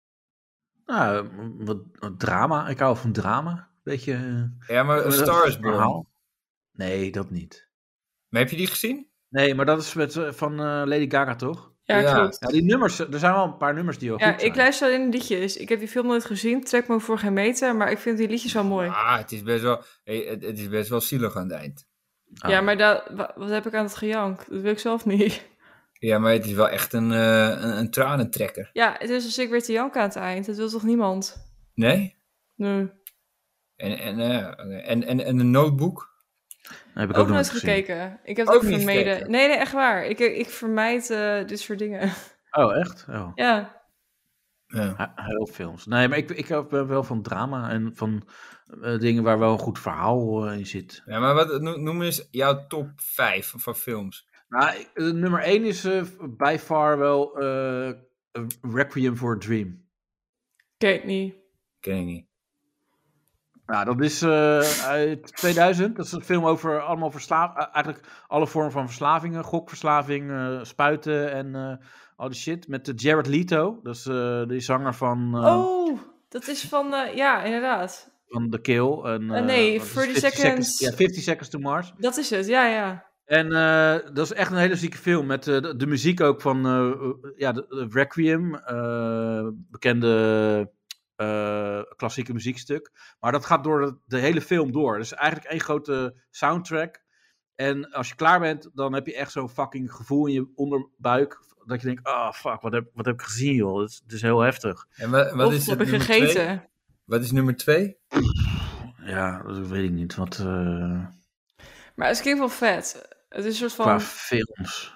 Nou, wat, wat drama. Ik hou van drama. Beetje... eh, Ja, maar A Star is Born. verhaal. Nee, dat niet. Maar heb je die gezien? Nee, maar dat is met, eh, van eh, Lady Gaga, toch? Ja, Ja. klopt. Ja, die nummers, er zijn wel een paar nummers die wel Ja, goed zijn. ik luister alleen de liedjes. Ik heb die film nooit gezien. Trek me voor geen meter. Maar ik vind die liedjes wel mooi. Ah, het is best wel, hey, het, het is best wel zielig aan het eind. Ah. Ja, maar dat, wa- wat heb ik aan het gejank? Dat wil ik zelf niet. Ja, maar het is wel echt een, eh, een, een tranentrekker. Ja, het is als ik weer te janken aan het eind. Dat wil toch niemand? Nee? Nee. En, en, uh, en, en, en een notebook? heb ik Ook ook nog nooit gezien. gekeken. Ik heb het Ook ook niet vermeden. gekeken? Nee, nee, echt waar. Ik, ik vermijd uh, dit soort dingen. Oh, echt? Oh. Ja. Ja. Heel films. Nee, maar ik, ik ben wel van drama en van uh, dingen waar wel een goed verhaal uh, in zit. Ja, maar wat, noem eens jouw top vijf van films. Nou, uh, nummer één is uh, by far wel uh, Requiem for a Dream. Ken ik niet. Ken ik niet. Ja, dat is uh, uit tweeduizend. Dat is een film over allemaal verslaaf, eigenlijk alle vormen van verslavingen. Gokverslaving, uh, spuiten en uh, al die shit. Met uh, Jared Leto. Dat is uh, die zanger van... Uh, oh, dat is van... Uh, ja, inderdaad. Van The Kill. En, uh, uh, nee, dertig seconds. seconds. Ja, fifty Seconds to Mars. Dat is het, ja, ja. En uh, dat is echt een hele zieke film. Met uh, de, de muziek ook van uh, ja, de, de Requiem. Uh, bekende... Uh, klassieke muziekstuk. Maar dat gaat door de, de hele film door. Dus eigenlijk één grote soundtrack. En als je klaar bent, dan heb je echt zo'n fucking gevoel in je onderbuik. Dat je denkt, ah oh, fuck, wat heb, wat heb ik gezien joh. Het is, het is heel heftig. En wat, wat of is heb het ik nummer gegeten? Twee? Wat is nummer twee? Ja, dat weet ik niet. Wat, uh... Maar het klinkt wel vet. Het is een soort van... Qua films.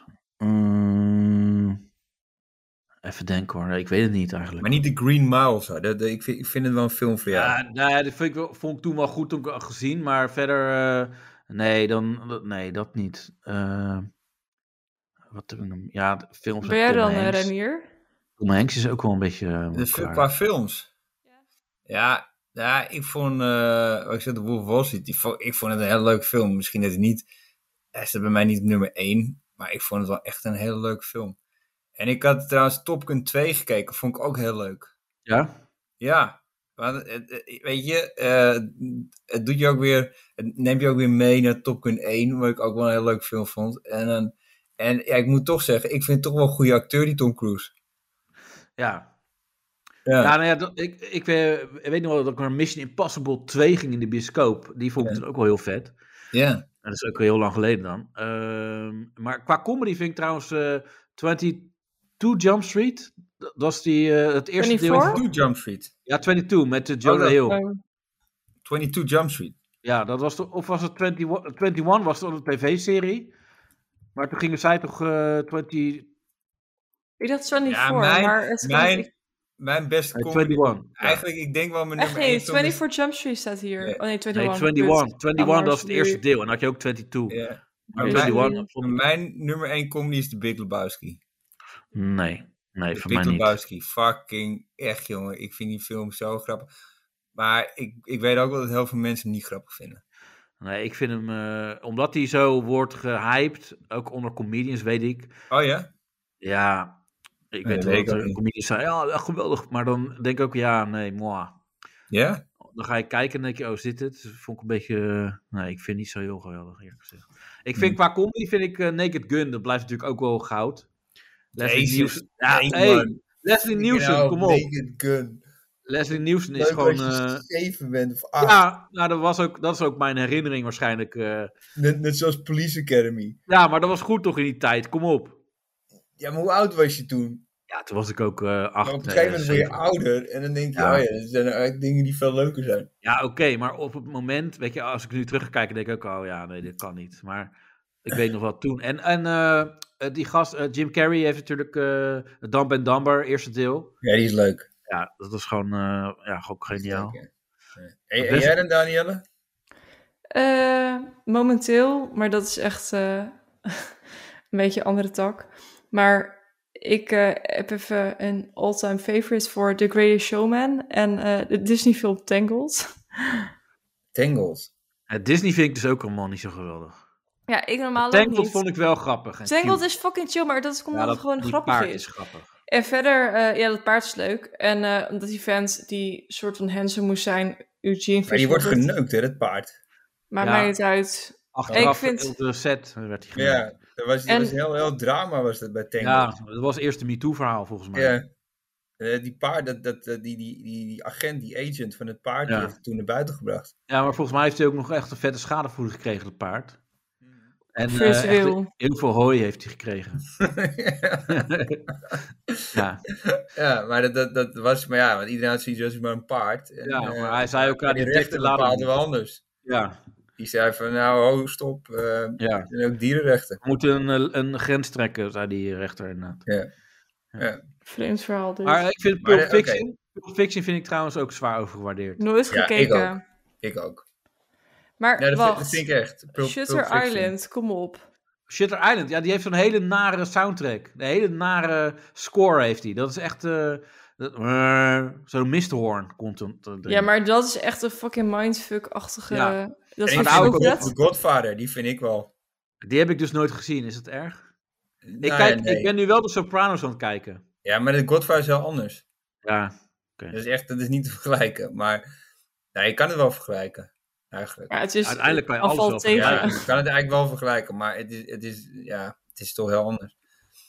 Mm... Even denken hoor, ik weet het niet eigenlijk. Maar niet de Green Mile zo. Dat, dat, ik, vind, ik vind het wel een film voor jou. Ja, nou, dat vind ik wel, vond ik toen wel goed toen ik gezien, maar verder, uh, nee, dan, nee, dat niet. Uh, wat heb ik nog? Ja, films. Ben jij dan, uh, Renier? Tom Hanks is ook wel een beetje. Uh, de, qua films. Ja, ja, ja ik vond, uh, wat ik zei, The Wolf of Wall Street. Die vond, ik vond het een hele leuke film. Misschien dat het niet, hij staat bij mij niet op nummer één, maar ik vond het wel echt een hele leuke film. En ik had trouwens Top Gun twee gekeken. Vond ik ook heel leuk. Ja? Ja. Want, weet je, uh, het doet je ook weer, het neemt je ook weer mee naar Top Gun één, wat ik ook wel een heel leuk film vond. En, uh, en ja, ik moet toch zeggen, ik vind het toch wel een goede acteur, die Tom Cruise. Ja. Ja, ja, nou ja, dat, ik, ik, weet, ik weet nog wel dat ik naar Mission Impossible twee ging in de bioscoop. Die vond ik ja. ook wel heel vet. Ja. En dat is ook heel lang geleden dan. Uh, maar qua comedy vind ik trouwens uh, twenty-two Jump Street. Dat was die, uh, het eerste deel. twenty-two Jump Street? Ja, tweeëntwintig met uh, Jonah oh, Hill. Um, twenty-two Jump Street? Ja, dat was de, of was het eenentwintig, eenentwintig was het een tv-serie. Maar toen gingen zij toch uh, twintig... Ik dacht zo niet ja, voor, mijn, maar het mijn, ik... mijn beste nee, comedy... eenentwintig, eigenlijk, ja. Ik denk wel mijn Echt nummer nee, twenty-four is... Jump Street staat hier. Yeah. Oh nee, eenentwintig. Nee, eenentwintig. eenentwintig was het eerste deel en dan had je ook tweeëntwintig. Yeah. Maar mijn, eenentwintig, mijn nummer één comedy is The Big Lebowski. Nee, nee, The voor Big mij niet. Lebowski, fucking echt jongen. Ik vind die film zo grappig. Maar ik, ik weet ook wel dat heel veel mensen hem niet grappig vinden. Nee, ik vind hem, uh, omdat hij zo wordt gehyped, ook onder comedians, weet ik. Oh ja? Ja, ik nee, weet wel dat er comedians zijn, ja, geweldig. Maar dan denk ik ook, ja, nee, moi. Ja? Dan ga je kijken en denk je, oh, zit het? Dus vond ik een beetje, uh, nee, ik vind het niet zo heel geweldig, eerlijk gezegd. Ik vind, hmm. qua comedy vind ik uh, Naked Gun, dat blijft natuurlijk ook wel goud. Leslie Nielsen. Ja, nee, hey, Leslie Nielsen, nou, kom op. Naked Gun. Leslie Nielsen is leuk gewoon... Als je uh, zeven bent of acht. Ja, nou, dat, was ook, dat is ook mijn herinnering waarschijnlijk. Uh, net, net zoals Police Academy. Ja, maar dat was goed toch in die tijd, kom op. Ja, maar hoe oud was je toen? Ja, toen was ik ook uh, acht. Maar op een gegeven moment ben je ouder en dan denk je, ja. oh ja, er zijn eigenlijk dingen die veel leuker zijn. Ja, oké, okay, maar op het moment, weet je, als ik nu terug ga kijken, denk ik ook, oh ja, nee, dit kan niet. Maar ik weet nog wel toen. En, en uh, die gast, uh, Jim Carrey heeft natuurlijk uh, Dumb and Dumber, eerste deel. Ja, die is leuk. Ja, dat was gewoon, uh, ja, gewoon geniaal. Leuk, ja. Ja. En, en jij dan, Danielle? Uh, momenteel, maar dat is echt uh, een beetje een andere tak. Maar ik uh, heb even een all-time favorite voor The Greatest Showman en uh, de Disney film Tangled. Tangled? Ja, Disney vind ik dus ook allemaal niet zo geweldig. Ja, ik normaal Tangled ook niet. vond ik wel grappig. Tangled is fucking chill, maar dat is omdat ja, dat, het gewoon die grappig paard is. is grappig. En verder, uh, ja, dat paard is leuk. En uh, omdat die vent die soort van handsome moest zijn, Eugene Maar die wordt geneukt, hè, dat paard. Maar ja. mij het uit. Achteraf ik vind... op de set werd hij geneukt. Ja, dat was, dat en... was heel, heel drama was dat bij Tangled. Ja, dat was eerst een MeToo-verhaal volgens mij. Ja. Uh, die paard, dat, dat, uh, die, die, die, die agent, die agent van het paard, ja. die heeft het toen naar buiten gebracht. Ja, maar volgens mij heeft hij ook nog echt een vette schadevergoeding gekregen, het paard. En eh, echt Virtueel. heel veel hooi heeft hij gekregen. ja. Ja, maar dat, dat, dat was, maar ja, want iedereen had zoiets als maar een paard. En, Ja, eh, maar hij zei ook, maar aan die die rechter dichte lading bepaalde niet. wel anders. Ja, Die zei van, nou, ho, stop. eh ja. er zijn ook dierenrechten. We moeten een, een grens trekken, zei die rechter inderdaad. Ja. Ja. Vreemd verhaal dus. Maar ik vind Maar, Pulp eh, oké. Fiction, Pulp Fiction vind ik trouwens ook zwaar overgewaardeerd. Nooit Ja, ik gekeken. ook. Ik ook. Maar Ja, dat, vind, wacht. dat vind ik echt. Pulp- Shutter Pulp Fiction. Island, kom op. Shutter Island, ja, die heeft zo'n hele nare soundtrack. Een hele nare score heeft hij. Dat is echt eh, dat- eh, zo'n misthoorn komt er erin. Ja, maar dat is echt een fucking mindfuck-achtige... Ja. Dat En is ik Maar vind ook ook ook The Godfather, die vind ik wel. Die heb ik dus nooit gezien. Is het erg? Ik, Nou, kijk, nee. ik ben nu wel de Sopranos aan het kijken. Ja, maar The Godfather is heel anders. Ja, Dat is echt, dat is niet te vergelijken. Maar ja, je kan het wel vergelijken. Eigenlijk. Ja, het is... Uiteindelijk kan je alles afval wel tegen. Ja, je kan het eigenlijk wel vergelijken, maar het is, het is, ja, het is toch heel anders.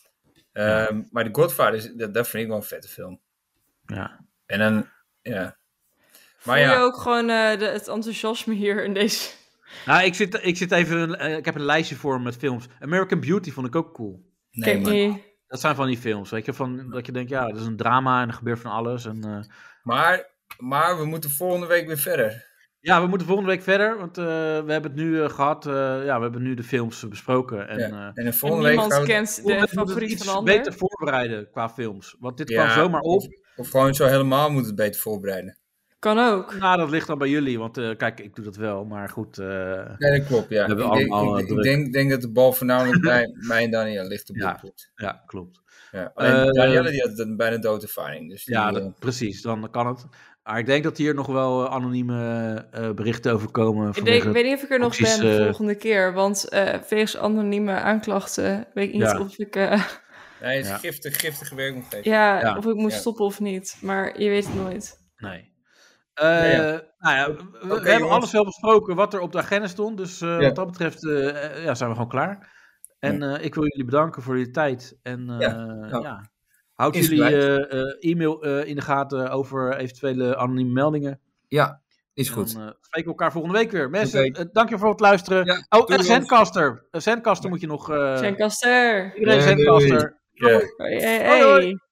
Ehm, maar The Godfather, is, dat, dat vind ik wel een vette film. ja. En dan, ja. Voel Maar je ja, ook gewoon eh, de, het enthousiasme hier in deze... Nou, ik zit, ik zit even... eh, ik heb een lijstje voor me met films. American Beauty vond ik ook cool. nee, Kijk maar, niet. Dat zijn van die films, weet je, van, dat je denkt, ja, dat is een drama en er gebeurt van alles. En, eh, maar, maar we moeten volgende week weer verder. ja, we moeten volgende week verder, want eh, we hebben het nu eh, gehad, eh, ja, we hebben nu de films besproken. En, Ja. eh, En de En volgende week niemand gaan we, kent we de moeten favoriet iets van de ander. beter voorbereiden qua films, want dit ja, kwam zomaar op. Of, of gewoon zo helemaal moeten het beter voorbereiden. Kan ook. Nou, dat ligt dan bij jullie, want eh, kijk, ik doe dat wel, maar goed. eh, Nee, dat klopt, ja. We hebben Ik, denk, allemaal, ik, eh, ik druk. denk, denk dat de bal voornamelijk bij mij en Daniel ligt op dit Ja. punt. ja, klopt. Ja. Alleen Eh, Danielle die had een bijna doodervaring. Dus die, Ja, eh, dat, precies, dan kan het. Maar ik denk dat hier nog wel eh, anonieme eh, berichten over komen. Ik, denk, vanwege- ik weet niet of ik er nog opties, ben de eh, volgende keer. Want eh wegens anonieme aanklachten weet ik niet Ja. of ik, eh, nee, het is Ja. giftig, giftige werkomgeving. ja, Ja. of ik moet Ja. stoppen of niet. Maar je weet het nooit. Nee. Eh, Nee, ja. Nou ja, we, we Oké, hebben jongens. alles wel besproken wat er op de agenda stond. Dus eh, Ja. wat dat betreft eh, eh, ja, zijn we gewoon klaar. En eh, ik wil jullie bedanken voor jullie tijd. En eh, Ja, ja. nou, Houd is jullie gelijk. eh, eh, e-mail eh, in de gaten over eventuele anonieme meldingen. Ja, is En goed. Dan uh, spreken we elkaar volgende week weer. Mensen, Oké. eh, dank je voor het luisteren. Ja, oh, doei, en Zencaster. Uh, Zencaster moet je nog... eh Zencaster. iedereen Ja, doei. Zencaster. Ja. Hey, hey, Hoi, hoi. hey.